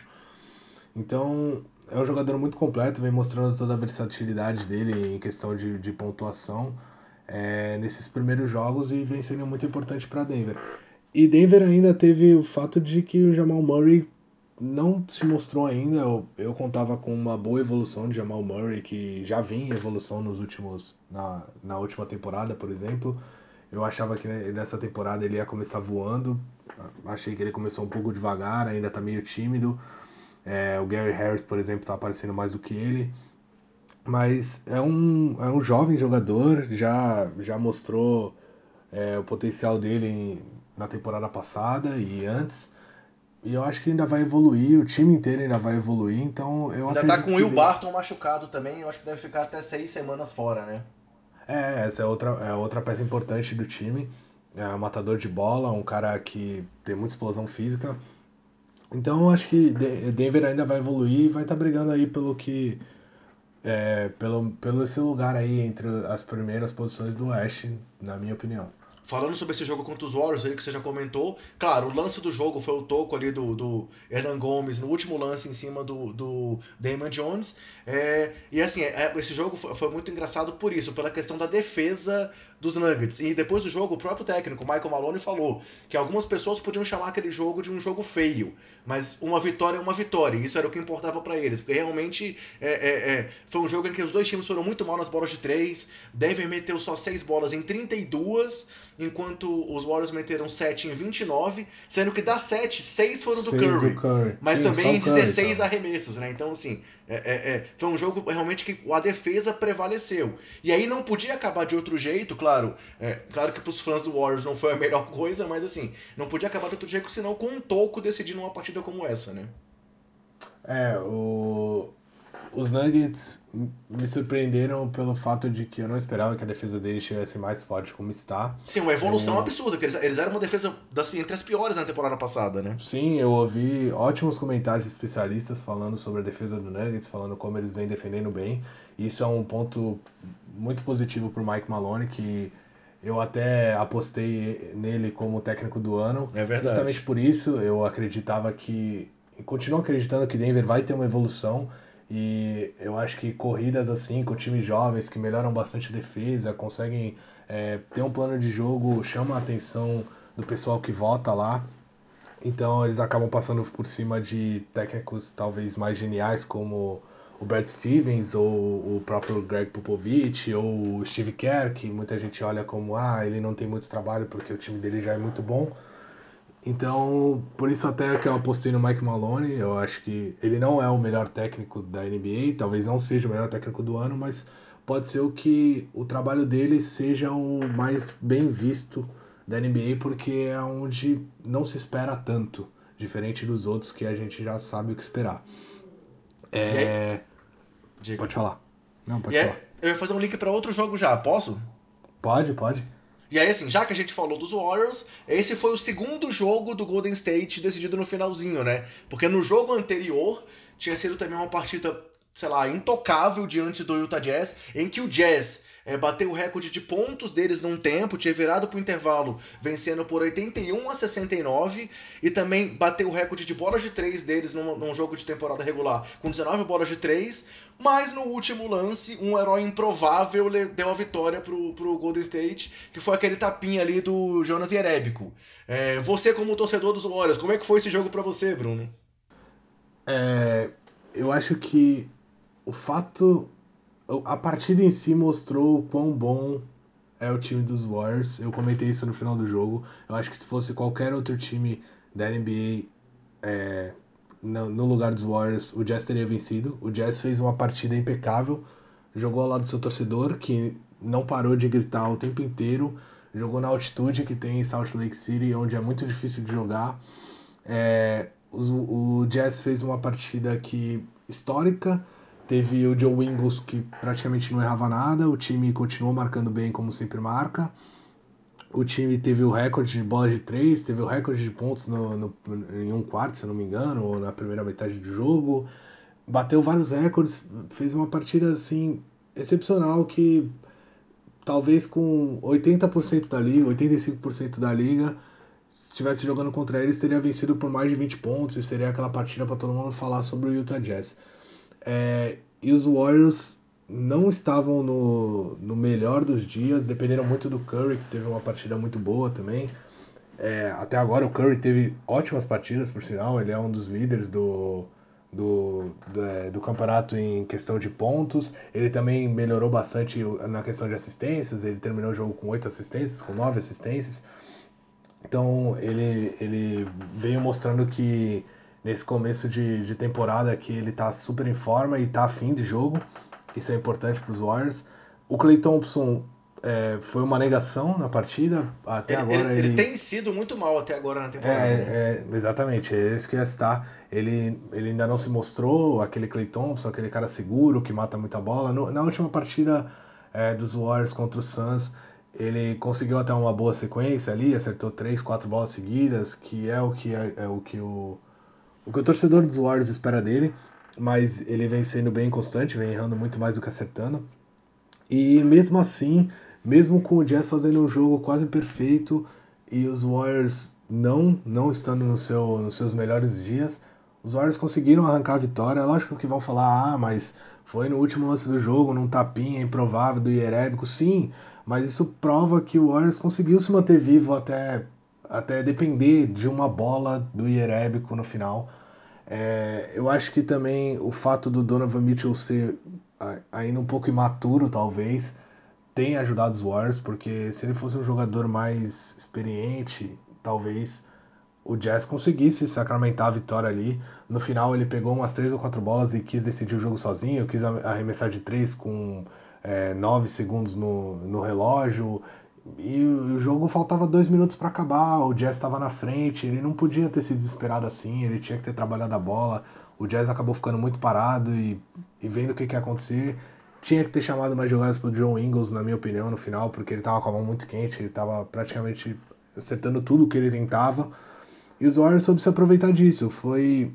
Então, é um jogador muito completo, vem mostrando toda a versatilidade dele em questão de, de pontuação é, nesses primeiros jogos e vem sendo muito importante para Denver. E Denver ainda teve o fato de que o Jamal Murray não se mostrou ainda. Eu, eu contava com uma boa evolução de Jamal Murray, que já vinha em evolução nos últimos, na, na última temporada, por exemplo. Eu achava que nessa temporada ele ia começar voando. Achei que ele começou um pouco devagar, ainda tá meio tímido. É, o Gary Harris, por exemplo, tá aparecendo mais do que ele. Mas é um, é um jovem jogador, já, já mostrou é, o potencial dele em- na temporada passada e antes. E eu acho que ainda vai evoluir, o time inteiro ainda vai evoluir, então eu Ainda tá acredito com o que Will de- Barton machucado também, eu acho que deve ficar até seis semanas fora, né? é, essa é outra, é outra peça importante do time. É um matador de bola, um cara que tem muita explosão física. Então eu acho que De- Denver ainda vai evoluir e vai estar brigando aí pelo que. É, pelo, pelo esse lugar aí entre as primeiras posições do Oeste, na minha opinião. Falando sobre esse jogo contra os Warriors aí que você já comentou, claro, o lance do jogo foi o toco ali do, do Hernan Gomes no último lance em cima do, do Damon Jones. É, e assim, é, esse jogo foi, foi muito engraçado por isso, pela questão da defesa dos Nuggets. E depois do jogo, o próprio técnico, Michael Maloney, falou que algumas pessoas podiam chamar aquele jogo de um jogo feio, mas uma vitória é uma vitória, e isso era o que importava para eles, porque realmente é, é, é, foi um jogo em que os dois times foram muito mal nas bolas de três. Denver meteu só seis bolas em trinta e duas, enquanto os Warriors meteram sete em vinte e nove, sendo que das sete, seis foram do Seis do Curry, Curry. mas Sim, só também o em Curry dezesseis tava. arremessos, né? Então, assim, é, é, é, foi um jogo realmente que a defesa prevaleceu. E aí não podia acabar de outro jeito, claro. É, claro que pros fãs do Warriors não foi a melhor coisa, mas assim, não podia acabar de outro jeito senão com um toco decidindo uma partida como essa, né? É, o, os Nuggets me surpreenderam pelo fato de que eu não esperava que a defesa deles estivesse mais forte como está. Sim, uma evolução Eu, absurda, que eles, eles eram uma defesa das, entre as piores na temporada passada, né? sim, eu ouvi ótimos comentários de especialistas falando sobre a defesa do Nuggets, falando como eles vêm defendendo bem. Isso é um ponto muito positivo para o Mike Maloney, que eu até apostei nele como técnico do ano. É Justamente verdade. por isso, eu acreditava que, e continuo acreditando que Denver vai ter uma evolução. E eu acho que corridas assim, com times jovens que melhoram bastante a defesa, conseguem é, ter um plano de jogo, chama a atenção do pessoal que vota lá. Então eles acabam passando por cima de técnicos talvez mais geniais como o Brad Stevens ou o próprio Greg Popovich ou o Steve Kerr, que muita gente olha como ah, ele não tem muito trabalho porque o time dele já é muito bom. Então, por isso até que eu apostei no Mike Maloney, eu acho que ele não é o melhor técnico da N B A, talvez não seja o melhor técnico do ano, mas pode ser o que o trabalho dele seja o mais bem visto da N B A, porque é onde não se espera tanto, diferente dos outros que a gente já sabe o que esperar. E aí, É... diga. Pode falar. Não, E pode aí, falar. eu ia fazer um link para outro jogo já, posso? Pode, pode. E aí, assim, já que a gente falou dos Warriors, esse foi o segundo jogo do Golden State decidido no finalzinho, né? Porque no jogo anterior tinha sido também uma partida, sei lá, intocável diante do Utah Jazz, em que o Jazz é, bateu o recorde de pontos deles num tempo, tinha virado pro intervalo vencendo por oitenta e um a sessenta e nove, e também bateu o recorde de bolas de três deles num, num jogo de temporada regular com dezenove bolas de três, mas no último lance, um herói improvável deu a vitória pro, pro Golden State, que foi aquele tapinha ali do Jonas Jerebico. É, você, como torcedor dos Warriors, como é que foi esse jogo para você, Bruno? É... Eu acho que o fato a partida em si mostrou o quão bom é o time dos Warriors. Eu comentei isso no final do jogo. Eu acho que se fosse qualquer outro time da N B A é, no, no lugar dos Warriors, o Jazz teria vencido. O Jazz fez uma partida impecável, jogou ao lado do seu torcedor, que não parou de gritar o tempo inteiro, jogou na altitude que tem em Salt Lake City, onde é muito difícil de jogar. É, os- o Jazz fez uma partida que histórica. Teve o Joe Ingles que praticamente não errava nada. O time continuou marcando bem como sempre marca. O time teve o recorde de bola de três, teve o recorde de pontos no, no- em um quarto, se eu não me engano, ou na primeira metade do jogo. Bateu vários recordes, fez uma partida assim excepcional que talvez com oitenta por cento da liga, oitenta e cinco por cento da liga, se estivesse jogando contra eles, teria vencido por mais de vinte pontos e seria aquela partida para todo mundo falar sobre o Utah Jazz. É, e os Warriors não estavam no, no melhor dos dias, dependeram muito do Curry, que teve uma partida muito boa também. É, até agora o Curry teve ótimas partidas, por sinal, ele é um dos líderes do, do, do, é, do campeonato em questão de pontos. Ele também melhorou bastante na questão de assistências, ele terminou o jogo com oito assistências, com nove assistências. Então ele, ele veio mostrando que nesse começo de, de temporada que ele tá super em forma e tá afim de jogo. Isso é importante para os Warriors. O Klay Thompson é, foi uma negação na partida. Até Ele, ele, agora ele ele tem sido muito mal até agora na temporada, né? É, é, exatamente, é isso que eu ia citar. Ele, ele ainda não se mostrou aquele Klay Thompson, aquele cara seguro que mata muita bola. No- na última partida é, dos Warriors contra o Suns, ele conseguiu até uma boa sequência ali, acertou três, quatro bolas seguidas, que é o que, é, é o, que o, o que o torcedor dos Warriors espera dele. Mas ele vem sendo bem constante, vem errando muito mais do que acertando. E mesmo assim, mesmo com o Jazz fazendo um jogo quase perfeito e os Warriors não não estando no seu, nos seus melhores dias, os Warriors conseguiram arrancar a vitória. Lógico que vão falar, ah, mas foi no último lance do jogo, num tapinha improvável do Hierébico. Sim, mas isso prova que o Warriors conseguiu se manter vivo até, até depender de uma bola do Hierébico no final. É, eu acho que também o fato do Donovan Mitchell ser ainda um pouco imaturo, talvez, tem ajudado os Warriors, porque se ele fosse um jogador mais experiente, talvez o Jazz conseguisse sacramentar a vitória ali. No final ele pegou umas três ou quatro bolas e quis decidir o jogo sozinho, quis arremessar de três com é, nove segundos no, no relógio. E o jogo faltava dois minutos para acabar, o Jazz estava na frente, ele não podia ter se desesperado assim, ele tinha que ter trabalhado a bola. O Jazz acabou ficando muito parado e, e vendo o que, que ia acontecer. Tinha que ter chamado mais jogadas pro John Ingles, na minha opinião, no final, porque ele tava com a mão muito quente, ele tava praticamente acertando tudo que ele tentava. E os Warriors soube se aproveitar disso. Foi,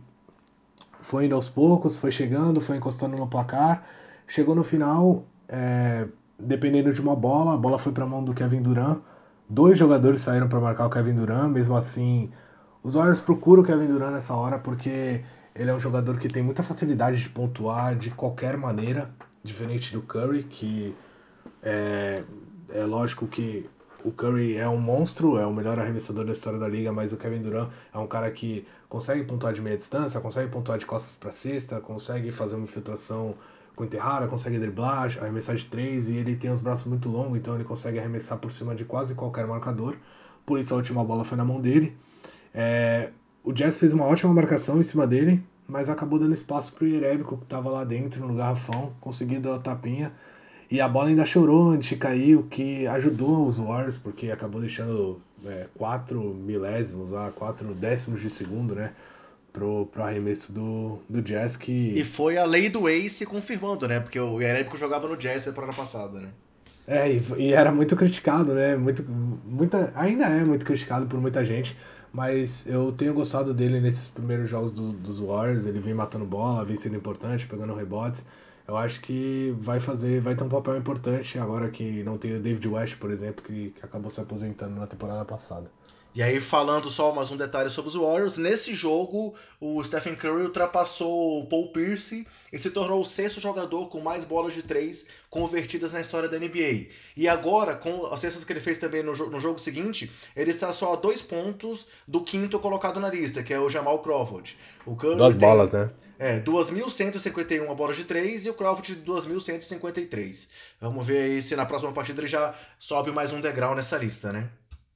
foi indo aos poucos, foi chegando, foi encostando no placar. Chegou no final, é, dependendo de uma bola, a bola foi para a mão do Kevin Durant. Dois jogadores saíram para marcar o Kevin Durant, mesmo assim, os Warriors procuram o Kevin Durant nessa hora porque ele é um jogador que tem muita facilidade de pontuar de qualquer maneira, diferente do Curry, que é, é lógico que o Curry é um monstro, é o melhor arremessador da história da liga, mas o Kevin Durant é um cara que consegue pontuar de meia distância, consegue pontuar de costas para cesta, consegue fazer uma infiltração com enterrada, consegue driblar, arremessar de três e ele tem os braços muito longos, então ele consegue arremessar por cima de quase qualquer marcador. Por isso a última bola foi na mão dele. É, o Jazz fez uma ótima marcação em cima dele, mas acabou dando espaço pro Jerebico, que estava lá dentro no garrafão, conseguiu dar a tapinha. E a bola ainda chorou antes de cair, o que ajudou os Warriors, porque acabou deixando é, quatro milésimos, lá, quatro décimos de segundo, né? Pro, pro arremesso do, do Jazz E que. foi a lei do Ace confirmando, né? Porque o Jerebico jogava no Jazz na temporada passada, né? É, e, e era muito criticado, né? Muito, muita, ainda é muito criticado por muita gente, mas eu tenho gostado dele nesses primeiros jogos do, dos Warriors. Ele vem matando bola, vem sendo importante, pegando rebotes. Eu acho que vai fazer, vai ter um papel importante agora que não tem o David West, por exemplo, que, que acabou se aposentando na temporada passada. E aí, falando só mais um detalhe sobre os Warriors, nesse jogo o Stephen Curry ultrapassou o Paul Pierce e se tornou o sexto jogador com mais bolas de três convertidas na história da N B A. E agora, com as cestas que ele fez também no, no jogo seguinte, ele está só a dois pontos do quinto colocado na lista, que é o Jamal Crawford. O Curry Duas tem bolas, né? é, duas mil cento e cinquenta e uma bolas de três e o Crawford duas mil cento e cinquenta e três. Vamos ver aí se na próxima partida ele já sobe mais um degrau nessa lista, né?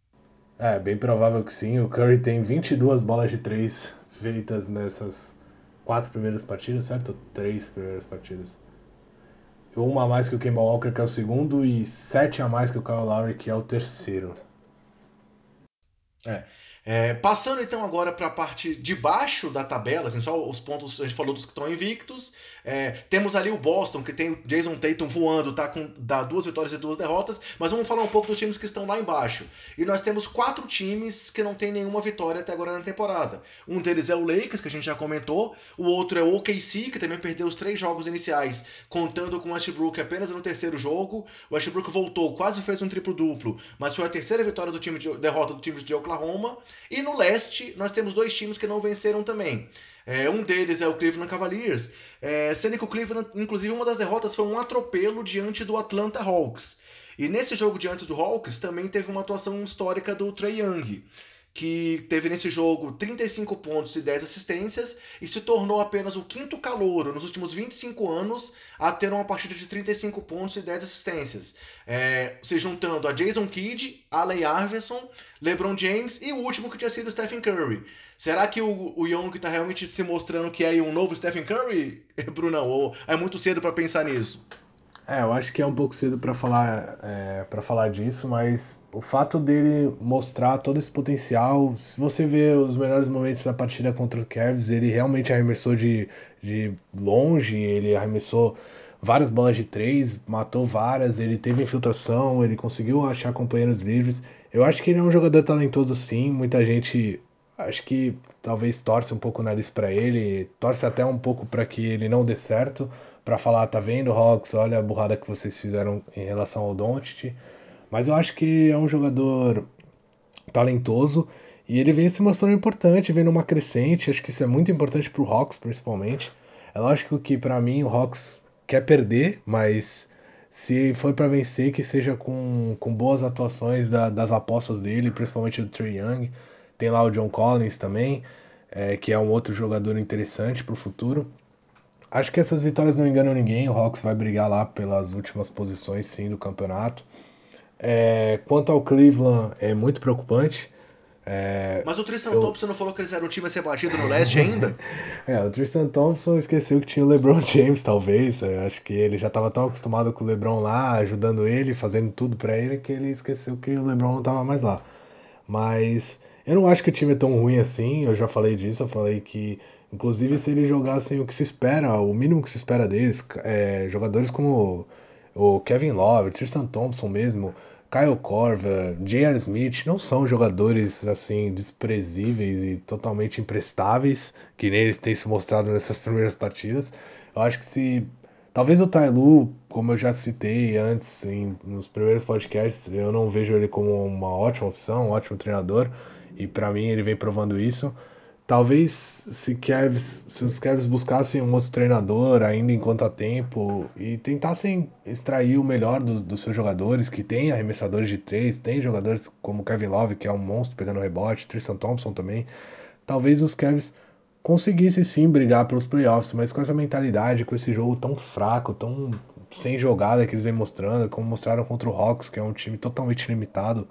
É, bem provável que sim. O Curry tem vinte e duas bolas de três feitas nessas quatro primeiras partidas, certo? Três primeiras partidas. Uma a mais que o Kemba Walker, que é o segundo, e sete a mais que o Kyle Lowry, que é o terceiro. É. É, passando então agora para a parte de baixo da tabela, assim, só os pontos, a gente falou dos que estão invictos. É, temos ali o Boston, que tem o Jason Tatum voando, tá com dá duas vitórias e duas derrotas, mas vamos falar um pouco dos times que estão lá embaixo. E nós temos quatro times que não tem nenhuma vitória até agora na temporada. Um deles é o Lakers, que a gente já comentou, o outro é o O K C, que também perdeu os três jogos iniciais, contando com o Westbrook apenas no terceiro jogo. O Westbrook voltou, quase fez um triplo-duplo, mas foi a terceira vitória do time de, derrota do time de Oklahoma. E no leste, nós temos dois times que não venceram também. É, um deles é o Cleveland Cavaliers, é, sendo que o Cleveland, inclusive, uma das derrotas foi um atropelo diante do Atlanta Hawks. E nesse jogo diante do Hawks também teve uma atuação histórica do Trae Young, que teve nesse jogo trinta e cinco pontos e dez assistências e se tornou apenas o quinto calouro nos últimos vinte e cinco anos a ter uma partida de trinta e cinco pontos e dez assistências. É, se juntando a Jason Kidd, Allen Iverson, LeBron James e o último que tinha sido o Stephen Curry. Será que o, o Young está realmente se mostrando que é um novo Stephen Curry, Brunão? Ou é muito cedo para pensar nisso? É, eu acho que é um pouco cedo para falar é, para falar disso, mas o fato dele mostrar todo esse potencial, se você vê os melhores momentos da partida contra o Cavs, ele realmente arremessou de, de longe, ele arremessou várias bolas de três, matou várias, ele teve infiltração, ele conseguiu achar companheiros livres. Eu acho que ele é um jogador talentoso sim, muita gente acho que talvez torce um pouco o nariz para ele, torce até um pouco para que ele não dê certo, para falar, tá vendo, Hawks, olha a burrada que vocês fizeram em relação ao Doncic. Mas eu acho que é um jogador talentoso e ele vem se mostrando importante, vem numa crescente. Acho que isso é muito importante pro Hawks, principalmente. É lógico que para mim o Hawks quer perder, mas se for para vencer, que seja com, com boas atuações da, das apostas dele, principalmente do Trae Young. Tem lá o John Collins também, é, que é um outro jogador interessante pro futuro. Acho que essas vitórias não enganam ninguém. O Hawks vai brigar lá pelas últimas posições, sim, do campeonato. É, quanto ao Cleveland, é muito preocupante. É, Mas o Tristan eu... Thompson não falou que eles eram um time a ser batido no leste ainda? é, o Tristan Thompson esqueceu que tinha o LeBron James, talvez. Eu acho que ele já estava tão acostumado com o LeBron lá, ajudando ele, fazendo tudo para ele, que ele esqueceu que o LeBron não estava mais lá. Mas eu não acho que o time é tão ruim assim. Eu já falei disso. Eu falei que, inclusive, se eles jogassem o que se espera, o mínimo que se espera deles, é, jogadores como o Kevin Love, Tristan Thompson mesmo, Kyle Korver, J R. Smith, não são jogadores assim desprezíveis e totalmente imprestáveis, que nem eles têm se mostrado nessas primeiras partidas. Eu acho que se talvez o Tai Lu, como eu já citei antes em, nos primeiros podcasts, eu não vejo ele como uma ótima opção, um ótimo treinador, e para mim ele vem provando isso. Talvez se, Cavs, se os Cavs buscassem um outro treinador ainda enquanto há tempo e tentassem extrair o melhor do, dos seus jogadores, que tem arremessadores de três, tem jogadores como Kevin Love, que é um monstro pegando rebote, Tristan Thompson também, talvez os Cavs conseguissem sim brigar pelos playoffs, mas com essa mentalidade, com esse jogo tão fraco, tão sem jogada que eles vêm mostrando, como mostraram contra o Hawks, que é um time totalmente limitado,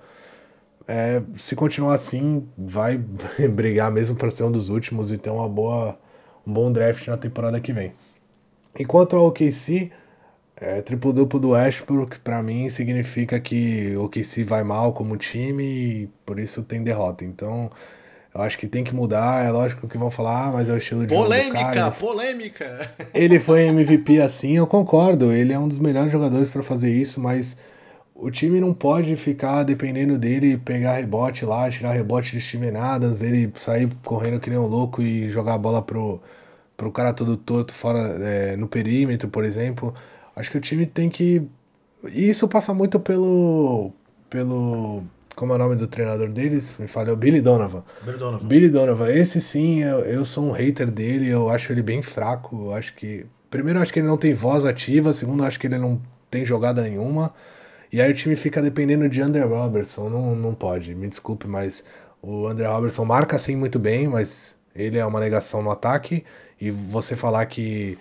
é, se continuar assim, vai brigar mesmo para ser um dos últimos e ter uma boa, um bom draft na temporada que vem. Enquanto ao O K C, é, triplo-duplo do Westbrook, para mim, significa que o O K C vai mal como time e por isso tem derrota. Então, eu acho que tem que mudar. É lógico que vão falar, ah, mas é o estilo de jogo do cara. Polêmica, Ele, polêmica! ele foi M V P assim, eu concordo. Ele é um dos melhores jogadores para fazer isso, mas o time não pode ficar dependendo dele pegar rebote lá, tirar rebote de Steven Adams, ele sair correndo que nem um louco e jogar a bola pro, pro cara todo torto fora é, no perímetro, por exemplo. Acho que o time tem que. E isso passa muito pelo. pelo. Como é o nome do treinador deles? Me falha, o Billy Donovan. Billy O Donovan. Billy Donovan, esse sim, eu, eu sou um hater dele, eu acho ele bem fraco. Eu acho que. Primeiro, eu acho que ele não tem voz ativa, segundo, eu acho que ele não tem jogada nenhuma. E aí o time fica dependendo de André Robertson, não, não pode, me desculpe, mas o André Robertson marca sim muito bem, mas ele é uma negação no ataque, e você falar que,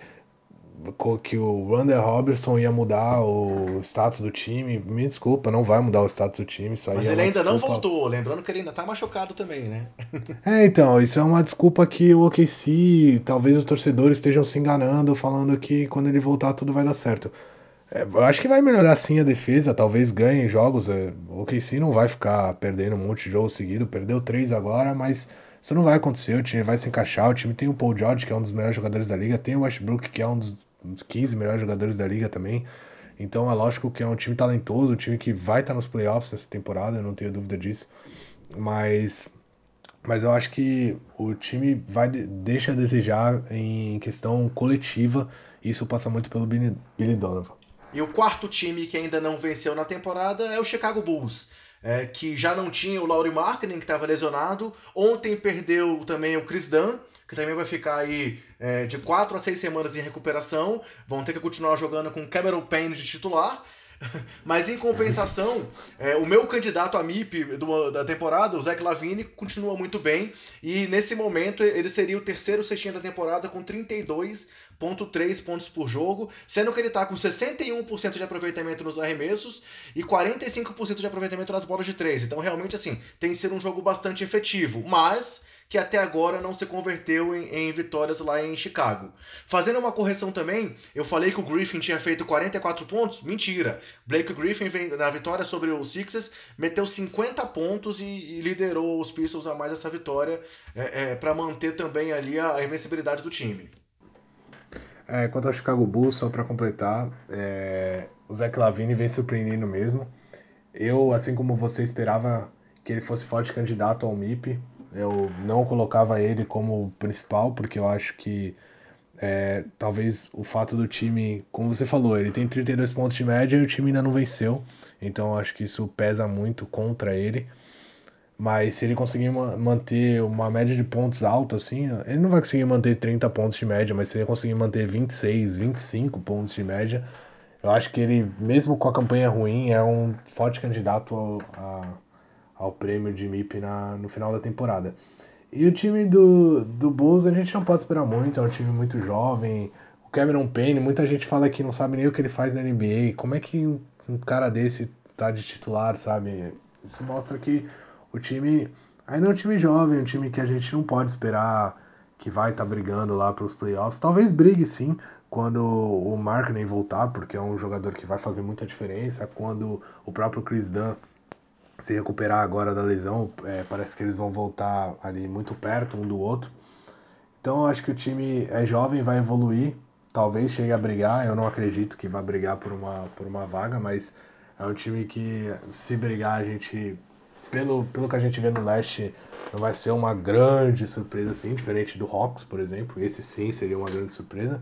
que o André Robertson ia mudar o status do time, me desculpa, não vai mudar o status do time, isso aí Mas é ele uma ainda não desculpa. voltou, lembrando que ele ainda tá machucado também, né? É, então, isso é uma desculpa que o O K C, talvez os torcedores estejam se enganando, falando que quando ele voltar tudo vai dar certo. É, eu acho que vai melhorar sim a defesa, talvez ganhe jogos. É, o O K C não vai ficar perdendo um monte de jogo seguido, perdeu três agora, mas isso não vai acontecer. O time vai se encaixar. O time tem o Paul George, que é um dos melhores jogadores da liga, tem o Westbrook, que é um dos quinze melhores jogadores da liga também. Então é lógico que é um time talentoso, um time que vai estar nos playoffs essa temporada, eu não tenho dúvida disso. Mas, mas eu acho que o time vai deixa a desejar em questão coletiva, e isso passa muito pelo Billy Billy Donovan. E o quarto time que ainda não venceu na temporada é o Chicago Bulls, é, que já não tinha o Lauri Markkanen, que estava lesionado. Ontem perdeu também o Chris Dunn, que também vai ficar aí é, de quatro a seis semanas em recuperação. Vão ter que continuar jogando com Cameron Payne de titular. Mas em compensação, é, o meu candidato a M I P do, da temporada, o Zach LaVine, continua muito bem. E nesse momento ele seria o terceiro cestinha da temporada com trinta e dois vírgula três pontos por jogo, sendo que ele está com sessenta e um por cento de aproveitamento nos arremessos e quarenta e cinco por cento de aproveitamento nas bolas de três. Então, realmente, assim, tem sido um jogo bastante efetivo, mas que até agora não se converteu em, em vitórias lá em Chicago. Fazendo uma correção também, eu falei que o Griffin tinha feito quarenta e quatro pontos. Mentira. Blake Griffin, na vitória sobre os Sixers, meteu cinquenta pontos e, e liderou os Pistons a mais essa vitória é, é, para manter também ali a, a invencibilidade do time. É, quanto ao Chicago Bulls, só para completar, é, o Zach LaVine vem surpreendendo mesmo. Eu, assim como você, esperava que ele fosse forte candidato ao M I P. Eu não colocava ele como principal, porque eu acho que é, talvez o fato do time, como você falou, ele tem trinta e dois pontos de média e o time ainda não venceu. Então eu acho que isso pesa muito contra ele. Mas se ele conseguir manter uma média de pontos alta, assim, ele não vai conseguir manter trinta pontos de média, mas se ele conseguir manter vinte e seis, vinte e cinco pontos de média, eu acho que ele, mesmo com a campanha ruim, é um forte candidato ao, a, ao prêmio de M I P na, no final da temporada. E o time do, do Bulls a gente não pode esperar muito, é um time muito jovem. O Cameron Payne, muita gente fala que não sabe nem o que ele faz na N B A. Como é que um, um cara desse tá de titular, sabe? Isso mostra que o time ainda é um time jovem, um time que a gente não pode esperar que vai estar tá brigando lá para os playoffs. Talvez brigue sim quando o Markkanen voltar, porque é um jogador que vai fazer muita diferença. Quando o próprio Chris Dunn se recuperar agora da lesão, é, parece que eles vão voltar ali muito perto um do outro. Então eu acho que o time é jovem, vai evoluir, talvez chegue a brigar. Eu não acredito que vá brigar por uma, por uma vaga, mas é um time que, se brigar, a gente, pelo, pelo que a gente vê no leste, não vai ser uma grande surpresa assim, diferente do Hawks, por exemplo. Esse sim seria uma grande surpresa.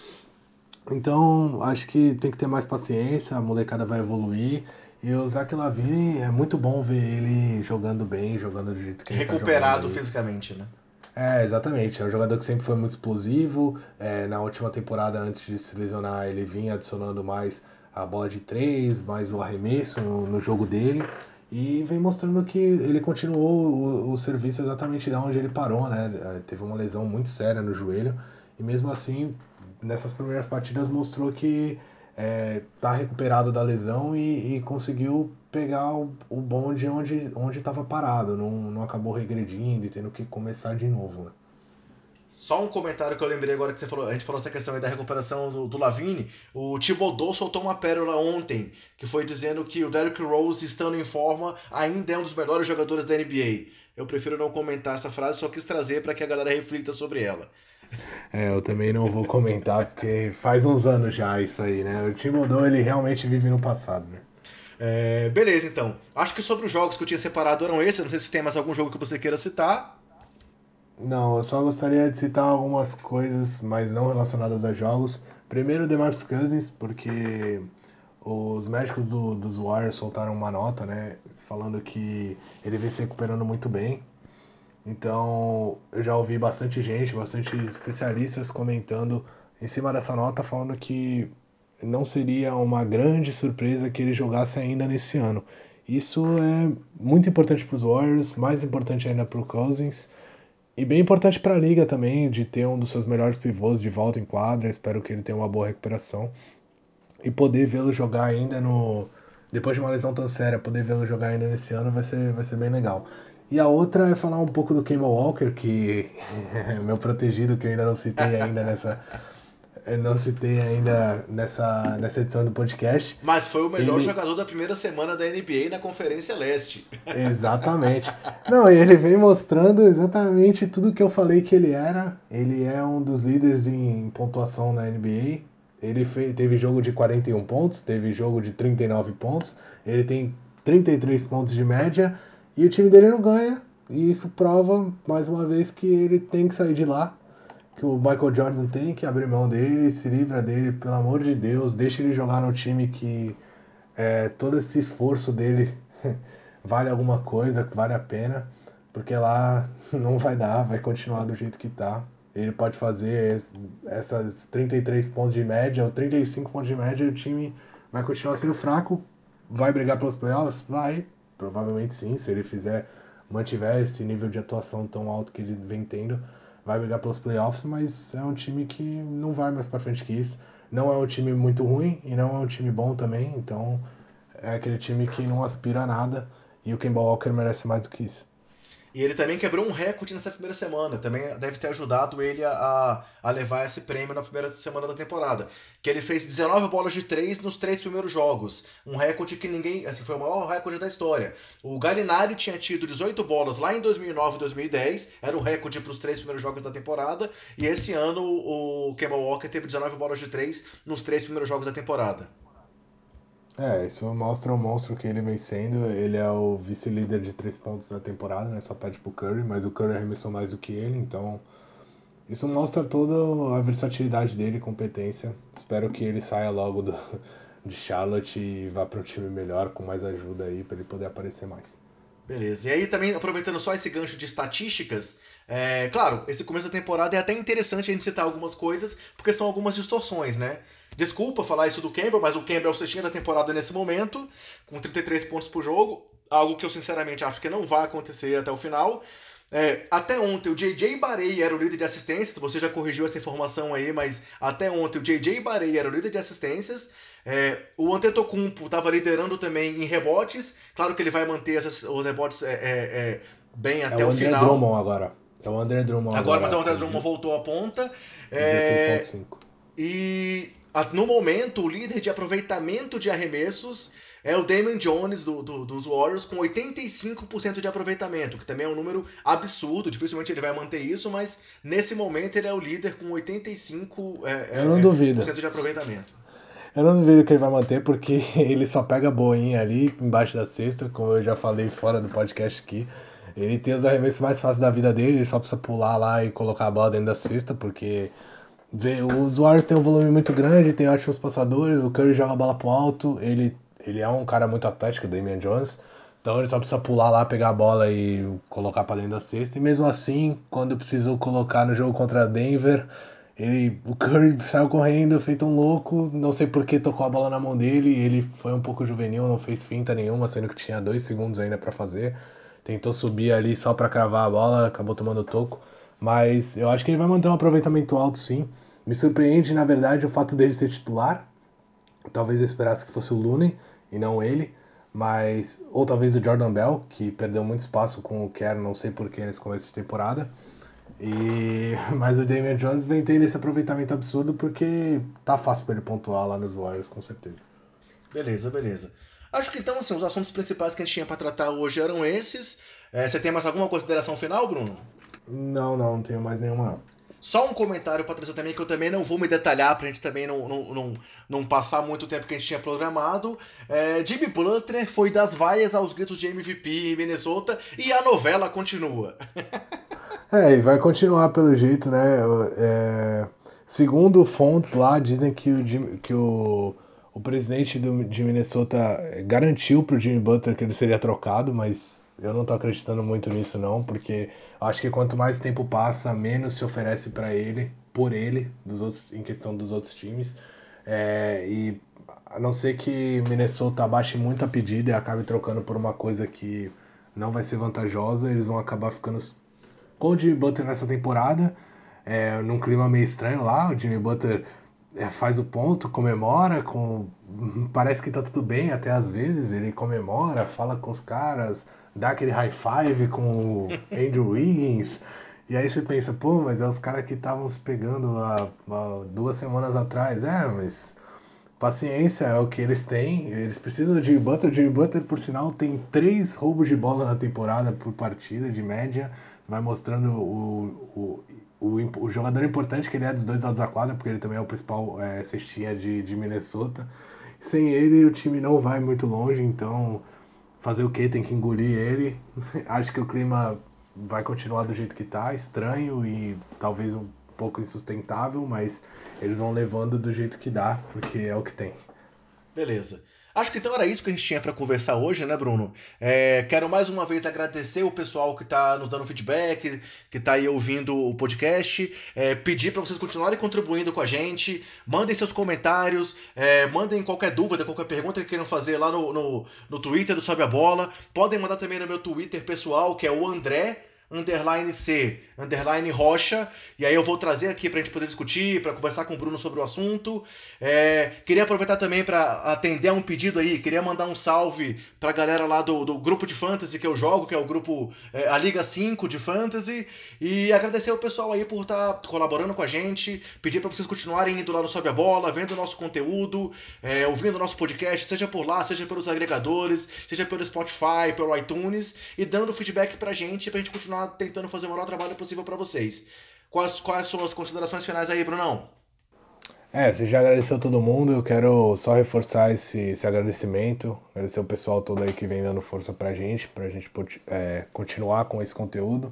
Então, acho que tem que ter mais paciência, a molecada vai evoluir. E o Zach LaVine, é muito bom ver ele jogando bem, jogando do jeito que ele tá jogando Recuperado aí. fisicamente, né? É, exatamente. É um jogador que sempre foi muito explosivo. É, na última temporada, antes de se lesionar, ele vinha adicionando mais a bola de três, mais o arremesso no, no jogo dele. E vem mostrando que ele continuou o, o serviço exatamente de onde ele parou, né? É, teve uma lesão muito séria no joelho. E mesmo assim, nessas primeiras partidas, mostrou que é, tá recuperado da lesão e, e conseguiu pegar o, o bonde onde onde estava parado, não, não acabou regredindo e tendo que começar de novo. Né? Só um comentário que eu lembrei agora que você falou, a gente falou essa questão aí da recuperação do, do Lavine. O Thibodeau soltou uma pérola ontem, que foi dizendo que o Derrick Rose, estando em forma, ainda é um dos melhores jogadores da N B A. Eu prefiro não comentar essa frase, só quis trazer para que a galera reflita sobre ela. É, eu também não vou comentar, porque faz uns anos já isso aí, né? O Thibodeau, ele realmente vive no passado, né? É, beleza, então. Acho que sobre os jogos que eu tinha separado eram esses. Não sei se tem mais algum jogo que você queira citar. Não, eu só gostaria de citar algumas coisas, mas não relacionadas a jogos. Primeiro, o DeMarcus Cousins, porque os médicos do, dos Warriors soltaram uma nota, né? Falando que ele vem se recuperando muito bem. Então, eu já ouvi bastante gente, bastante especialistas comentando em cima dessa nota, falando que não seria uma grande surpresa que ele jogasse ainda nesse ano. Isso é muito importante para os Warriors, mais importante ainda para o Cousins, e bem importante para a liga também, de ter um dos seus melhores pivôs de volta em quadra. Espero que ele tenha uma boa recuperação. E poder vê-lo jogar ainda no. Depois de uma lesão tão séria, poder vê-lo jogar ainda nesse ano vai ser, vai ser bem legal. E a outra é falar um pouco do Kemba Walker, que é meu protegido, que eu ainda não citei ainda nessa. Eu não citei ainda nessa, nessa edição do podcast. Mas foi o melhor Ele. jogador da primeira semana da N B A na Conferência Leste. Exatamente. Não, e ele vem mostrando exatamente tudo que eu falei que ele era. Ele é um dos líderes em pontuação na N B A. Ele fez, teve jogo de quarenta e um pontos, teve jogo de trinta e nove pontos. Ele tem trinta e três pontos de média e o time dele não ganha. E isso prova, mais uma vez, que ele tem que sair de lá. Que o Michael Jordan tem que abrir mão dele, se livra dele, pelo amor de Deus. Deixa ele jogar no time que é, todo esse esforço dele vale alguma coisa, vale a pena, porque lá não vai dar, vai continuar do jeito que tá. Ele pode fazer essas trinta e três pontos de média ou trinta e cinco pontos de média e o time vai continuar sendo fraco. Vai brigar pelos playoffs? Vai, provavelmente sim, se ele fizer, mantiver esse nível de atuação tão alto que ele vem tendo. vai brigar pelos playoffs, mas é um time que não vai mais pra frente que isso. Não é um time muito ruim e não é um time bom também, então é aquele time que não aspira a nada e o Kemba Walker merece mais do que isso. E ele também quebrou um recorde nessa primeira semana. Também deve ter ajudado ele a, a levar esse prêmio na primeira semana da temporada. Que ele fez dezenove bolas de três nos três primeiros jogos. Um recorde que ninguém. Assim, foi o maior recorde da história. O Gallinari tinha tido dezoito bolas lá em dois mil e nove e dois mil e dez. Era o recorde para os três primeiros jogos da temporada. E esse ano o Kemba Walker teve dezenove bolas de três nos três primeiros jogos da temporada. É, isso mostra o monstro que ele vem sendo. Ele é o vice-líder de três pontos da temporada, né? Só perde pro Curry, mas o Curry arremessou mais do que ele, então isso mostra toda a versatilidade dele e competência. Espero que ele saia logo do, de Charlotte e vá para um time melhor, com mais ajuda aí, para ele poder aparecer mais. Beleza. E aí também, aproveitando só esse gancho de estatísticas, é, claro, esse começo da temporada é até interessante a gente citar algumas coisas, porque são algumas distorções, né? Desculpa falar isso do Campbell, mas o Campbell é o cestinha da temporada nesse momento, com trinta e três pontos por jogo, algo que eu sinceramente acho que não vai acontecer até o final. É, até ontem o J J Barei era o líder de assistências, você já corrigiu essa informação aí, mas até ontem o J J Barei era o líder de assistências. É, o Antetokounmpo estava liderando também em rebotes, claro que ele vai manter essas, os rebotes é, é, é, bem É até o o André final. Drummond agora. É o André Drummond Agora, mas agora o André com Drummond voltou à ponta. dezesseis ponto É, cinco. e no momento, o líder de aproveitamento de arremessos é o Damian Jones do, do, dos Warriors com oitenta e cinco por cento de aproveitamento, que também é um número absurdo, dificilmente ele vai manter isso, mas nesse momento ele é o líder com oitenta e cinco por cento Eu não é, é, por duvido. cento de aproveitamento. Eu não duvido que ele vai manter porque ele só pega a boinha ali embaixo da cesta, como eu já falei fora do podcast aqui. Ele tem os arremessos mais fáceis da vida dele, ele só precisa pular lá e colocar a bola dentro da cesta, porque os Warriors têm um volume muito grande, tem ótimos passadores, o Curry joga a bola pro alto, ele, ele é um cara muito atlético, o Damian Jones, então ele só precisa pular lá, pegar a bola e colocar pra dentro da cesta. E mesmo assim, quando precisou colocar no jogo contra Denver, ele, o Curry saiu correndo, feito um louco, não sei por que tocou a bola na mão dele, ele foi um pouco juvenil, não fez finta nenhuma, sendo que tinha dois segundos ainda pra fazer. Tentou subir ali só pra cravar a bola, acabou tomando toco. Mas eu acho que ele vai manter um aproveitamento alto, sim. Me surpreende, na verdade, o fato dele ser titular. Talvez eu esperasse que fosse o Looney e não ele. Mas, ou talvez o Jordan Bell, que perdeu muito espaço com o Kerr, não sei porquê, nesse começo de temporada. E, mas o Damian Jones vem tendo esse aproveitamento absurdo porque tá fácil para ele pontuar lá nos Warriors, com certeza. Beleza, beleza. Acho que então, assim, os assuntos principais que a gente tinha para tratar hoje eram esses. É, você tem mais alguma consideração final, Bruno? Não, não, não tenho mais nenhuma não. Só um comentário para trazer também, que eu também não vou me detalhar pra gente também não, não, não, não passar muito tempo que a gente tinha programado. É, Jimmy Butler foi das vaias aos gritos de M V P em Minnesota e a novela continua. É, e vai continuar pelo jeito, né? É, segundo fontes lá, dizem que o, Jim- que o, o presidente do, de Minnesota garantiu pro Jimmy Butler que ele seria trocado, mas eu não tô acreditando muito nisso não, porque acho que quanto mais tempo passa, menos se oferece para ele, por ele, dos outros, em questão dos outros times. É, e a não ser que Minnesota abaixe muito a pedida e acabe trocando por uma coisa que não vai ser vantajosa, eles vão acabar ficando com o Jimmy Butler nessa temporada, é, num clima meio estranho lá. O Jimmy Butler é, faz o ponto, comemora, com parece que tá tudo bem até às vezes. Ele comemora, fala com os caras, dá aquele high five com o Andrew Wiggins. E aí você pensa, pô, mas é os caras que estavam se pegando há, há duas semanas atrás. É, mas paciência é o que eles têm. Eles precisam do Jimmy Butler. O Jimmy Butler, por sinal, tem três roubos de bola na temporada por partida, de média. Vai mostrando o, o, o, o jogador importante que ele é dos dois lados da quadra, porque ele também é o principal é, cestinha de, de Minnesota. Sem ele, o time não vai muito longe, então fazer o que? Tem que engolir ele. Acho que o clima vai continuar do jeito que tá, estranho e talvez um pouco insustentável, mas eles vão levando do jeito que dá, porque é o que tem. Beleza. Acho que então era isso que a gente tinha para conversar hoje, né, Bruno? É, quero mais uma vez agradecer o pessoal que está nos dando feedback, que está aí ouvindo o podcast. É, pedir para vocês continuarem contribuindo com a gente. Mandem seus comentários, é, mandem qualquer dúvida, qualquer pergunta que queiram fazer lá no, no, no Twitter do Sobe a Bola. Podem mandar também no meu Twitter pessoal, que é o André underline C, underline Rocha, e aí eu vou trazer aqui pra gente poder discutir, pra conversar com o Bruno sobre o assunto. É, queria aproveitar também pra atender a um pedido aí, queria mandar um salve pra galera lá do, do grupo de fantasy que eu jogo, que é o grupo, é, a Liga cinco de Fantasy, e agradecer o pessoal aí por estar colaborando com a gente, pedir pra vocês continuarem indo lá no Sobe a Bola, vendo o nosso conteúdo, é, ouvindo o nosso podcast, seja por lá, seja pelos agregadores, seja pelo Spotify, pelo iTunes, e dando feedback pra gente, pra gente continuar tentando fazer o melhor trabalho possível pra vocês. Quais, quais são as considerações finais aí, Brunão? É, você já agradeceu todo mundo, eu quero só reforçar esse, esse agradecimento, agradecer o pessoal todo aí que vem dando força pra gente, pra gente é, continuar com esse conteúdo.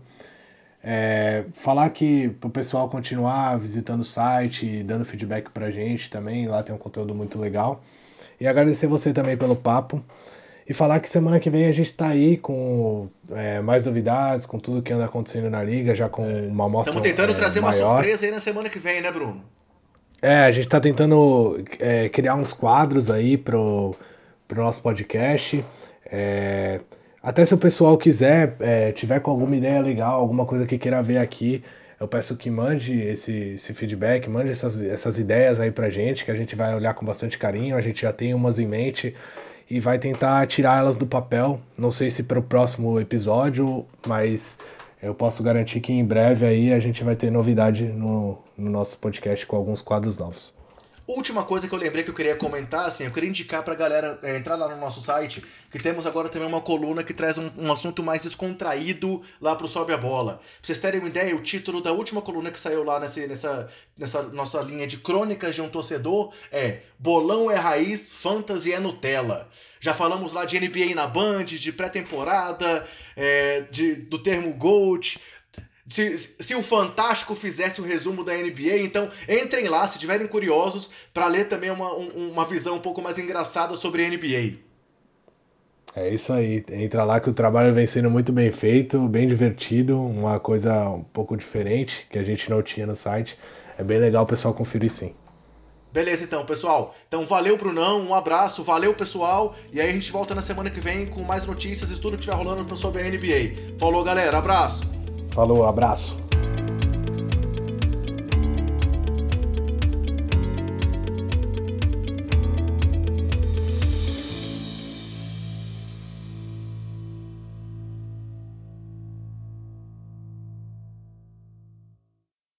É, falar que pro pessoal continuar visitando o site, dando feedback pra gente também, lá tem um conteúdo muito legal. E agradecer você também pelo papo. E falar que semana que vem a gente tá aí com é, mais novidades, com tudo que anda acontecendo na liga, já com uma amostra Estamos tentando é, trazer uma maior. surpresa aí na semana que vem, né, Bruno? É, a gente tá tentando é, criar uns quadros aí pro, pro nosso podcast. É, até se o pessoal quiser, é, tiver com alguma ideia legal, alguma coisa que queira ver aqui, eu peço que mande esse, esse feedback, mande essas, essas ideias aí pra gente, que a gente vai olhar com bastante carinho. A gente já tem umas em mente e vai tentar tirar elas do papel. Não sei se para o próximo episódio, mas eu posso garantir que em breve aí a gente vai ter novidade no, no nosso podcast com alguns quadros novos. Última coisa que eu lembrei que eu queria comentar, assim, eu queria indicar pra galera é, entrar lá no nosso site, que temos agora também uma coluna que traz um, um assunto mais descontraído lá pro Sobe a Bola. Pra vocês terem uma ideia, o título da última coluna que saiu lá nessa, nessa, nessa nossa linha de crônicas de um torcedor é Bolão é Raiz, Fantasy é Nutella. Já falamos lá de N B A na Band, de pré-temporada, é, de, do termo GOAT. Se, se o Fantástico fizesse o resumo da N B A, então entrem lá, se tiverem curiosos, para ler também uma, um, uma visão um pouco mais engraçada sobre a N B A. É isso aí, entra lá que o trabalho vem sendo muito bem feito, bem divertido, uma coisa um pouco diferente que a gente não tinha no site. É bem legal o pessoal conferir sim. Beleza, então, pessoal. Então, valeu, Brunão, um abraço, valeu, pessoal. E aí a gente volta na semana que vem com mais notícias e tudo que estiver rolando sobre a N B A. Falou, galera, abraço. Falou, abraço.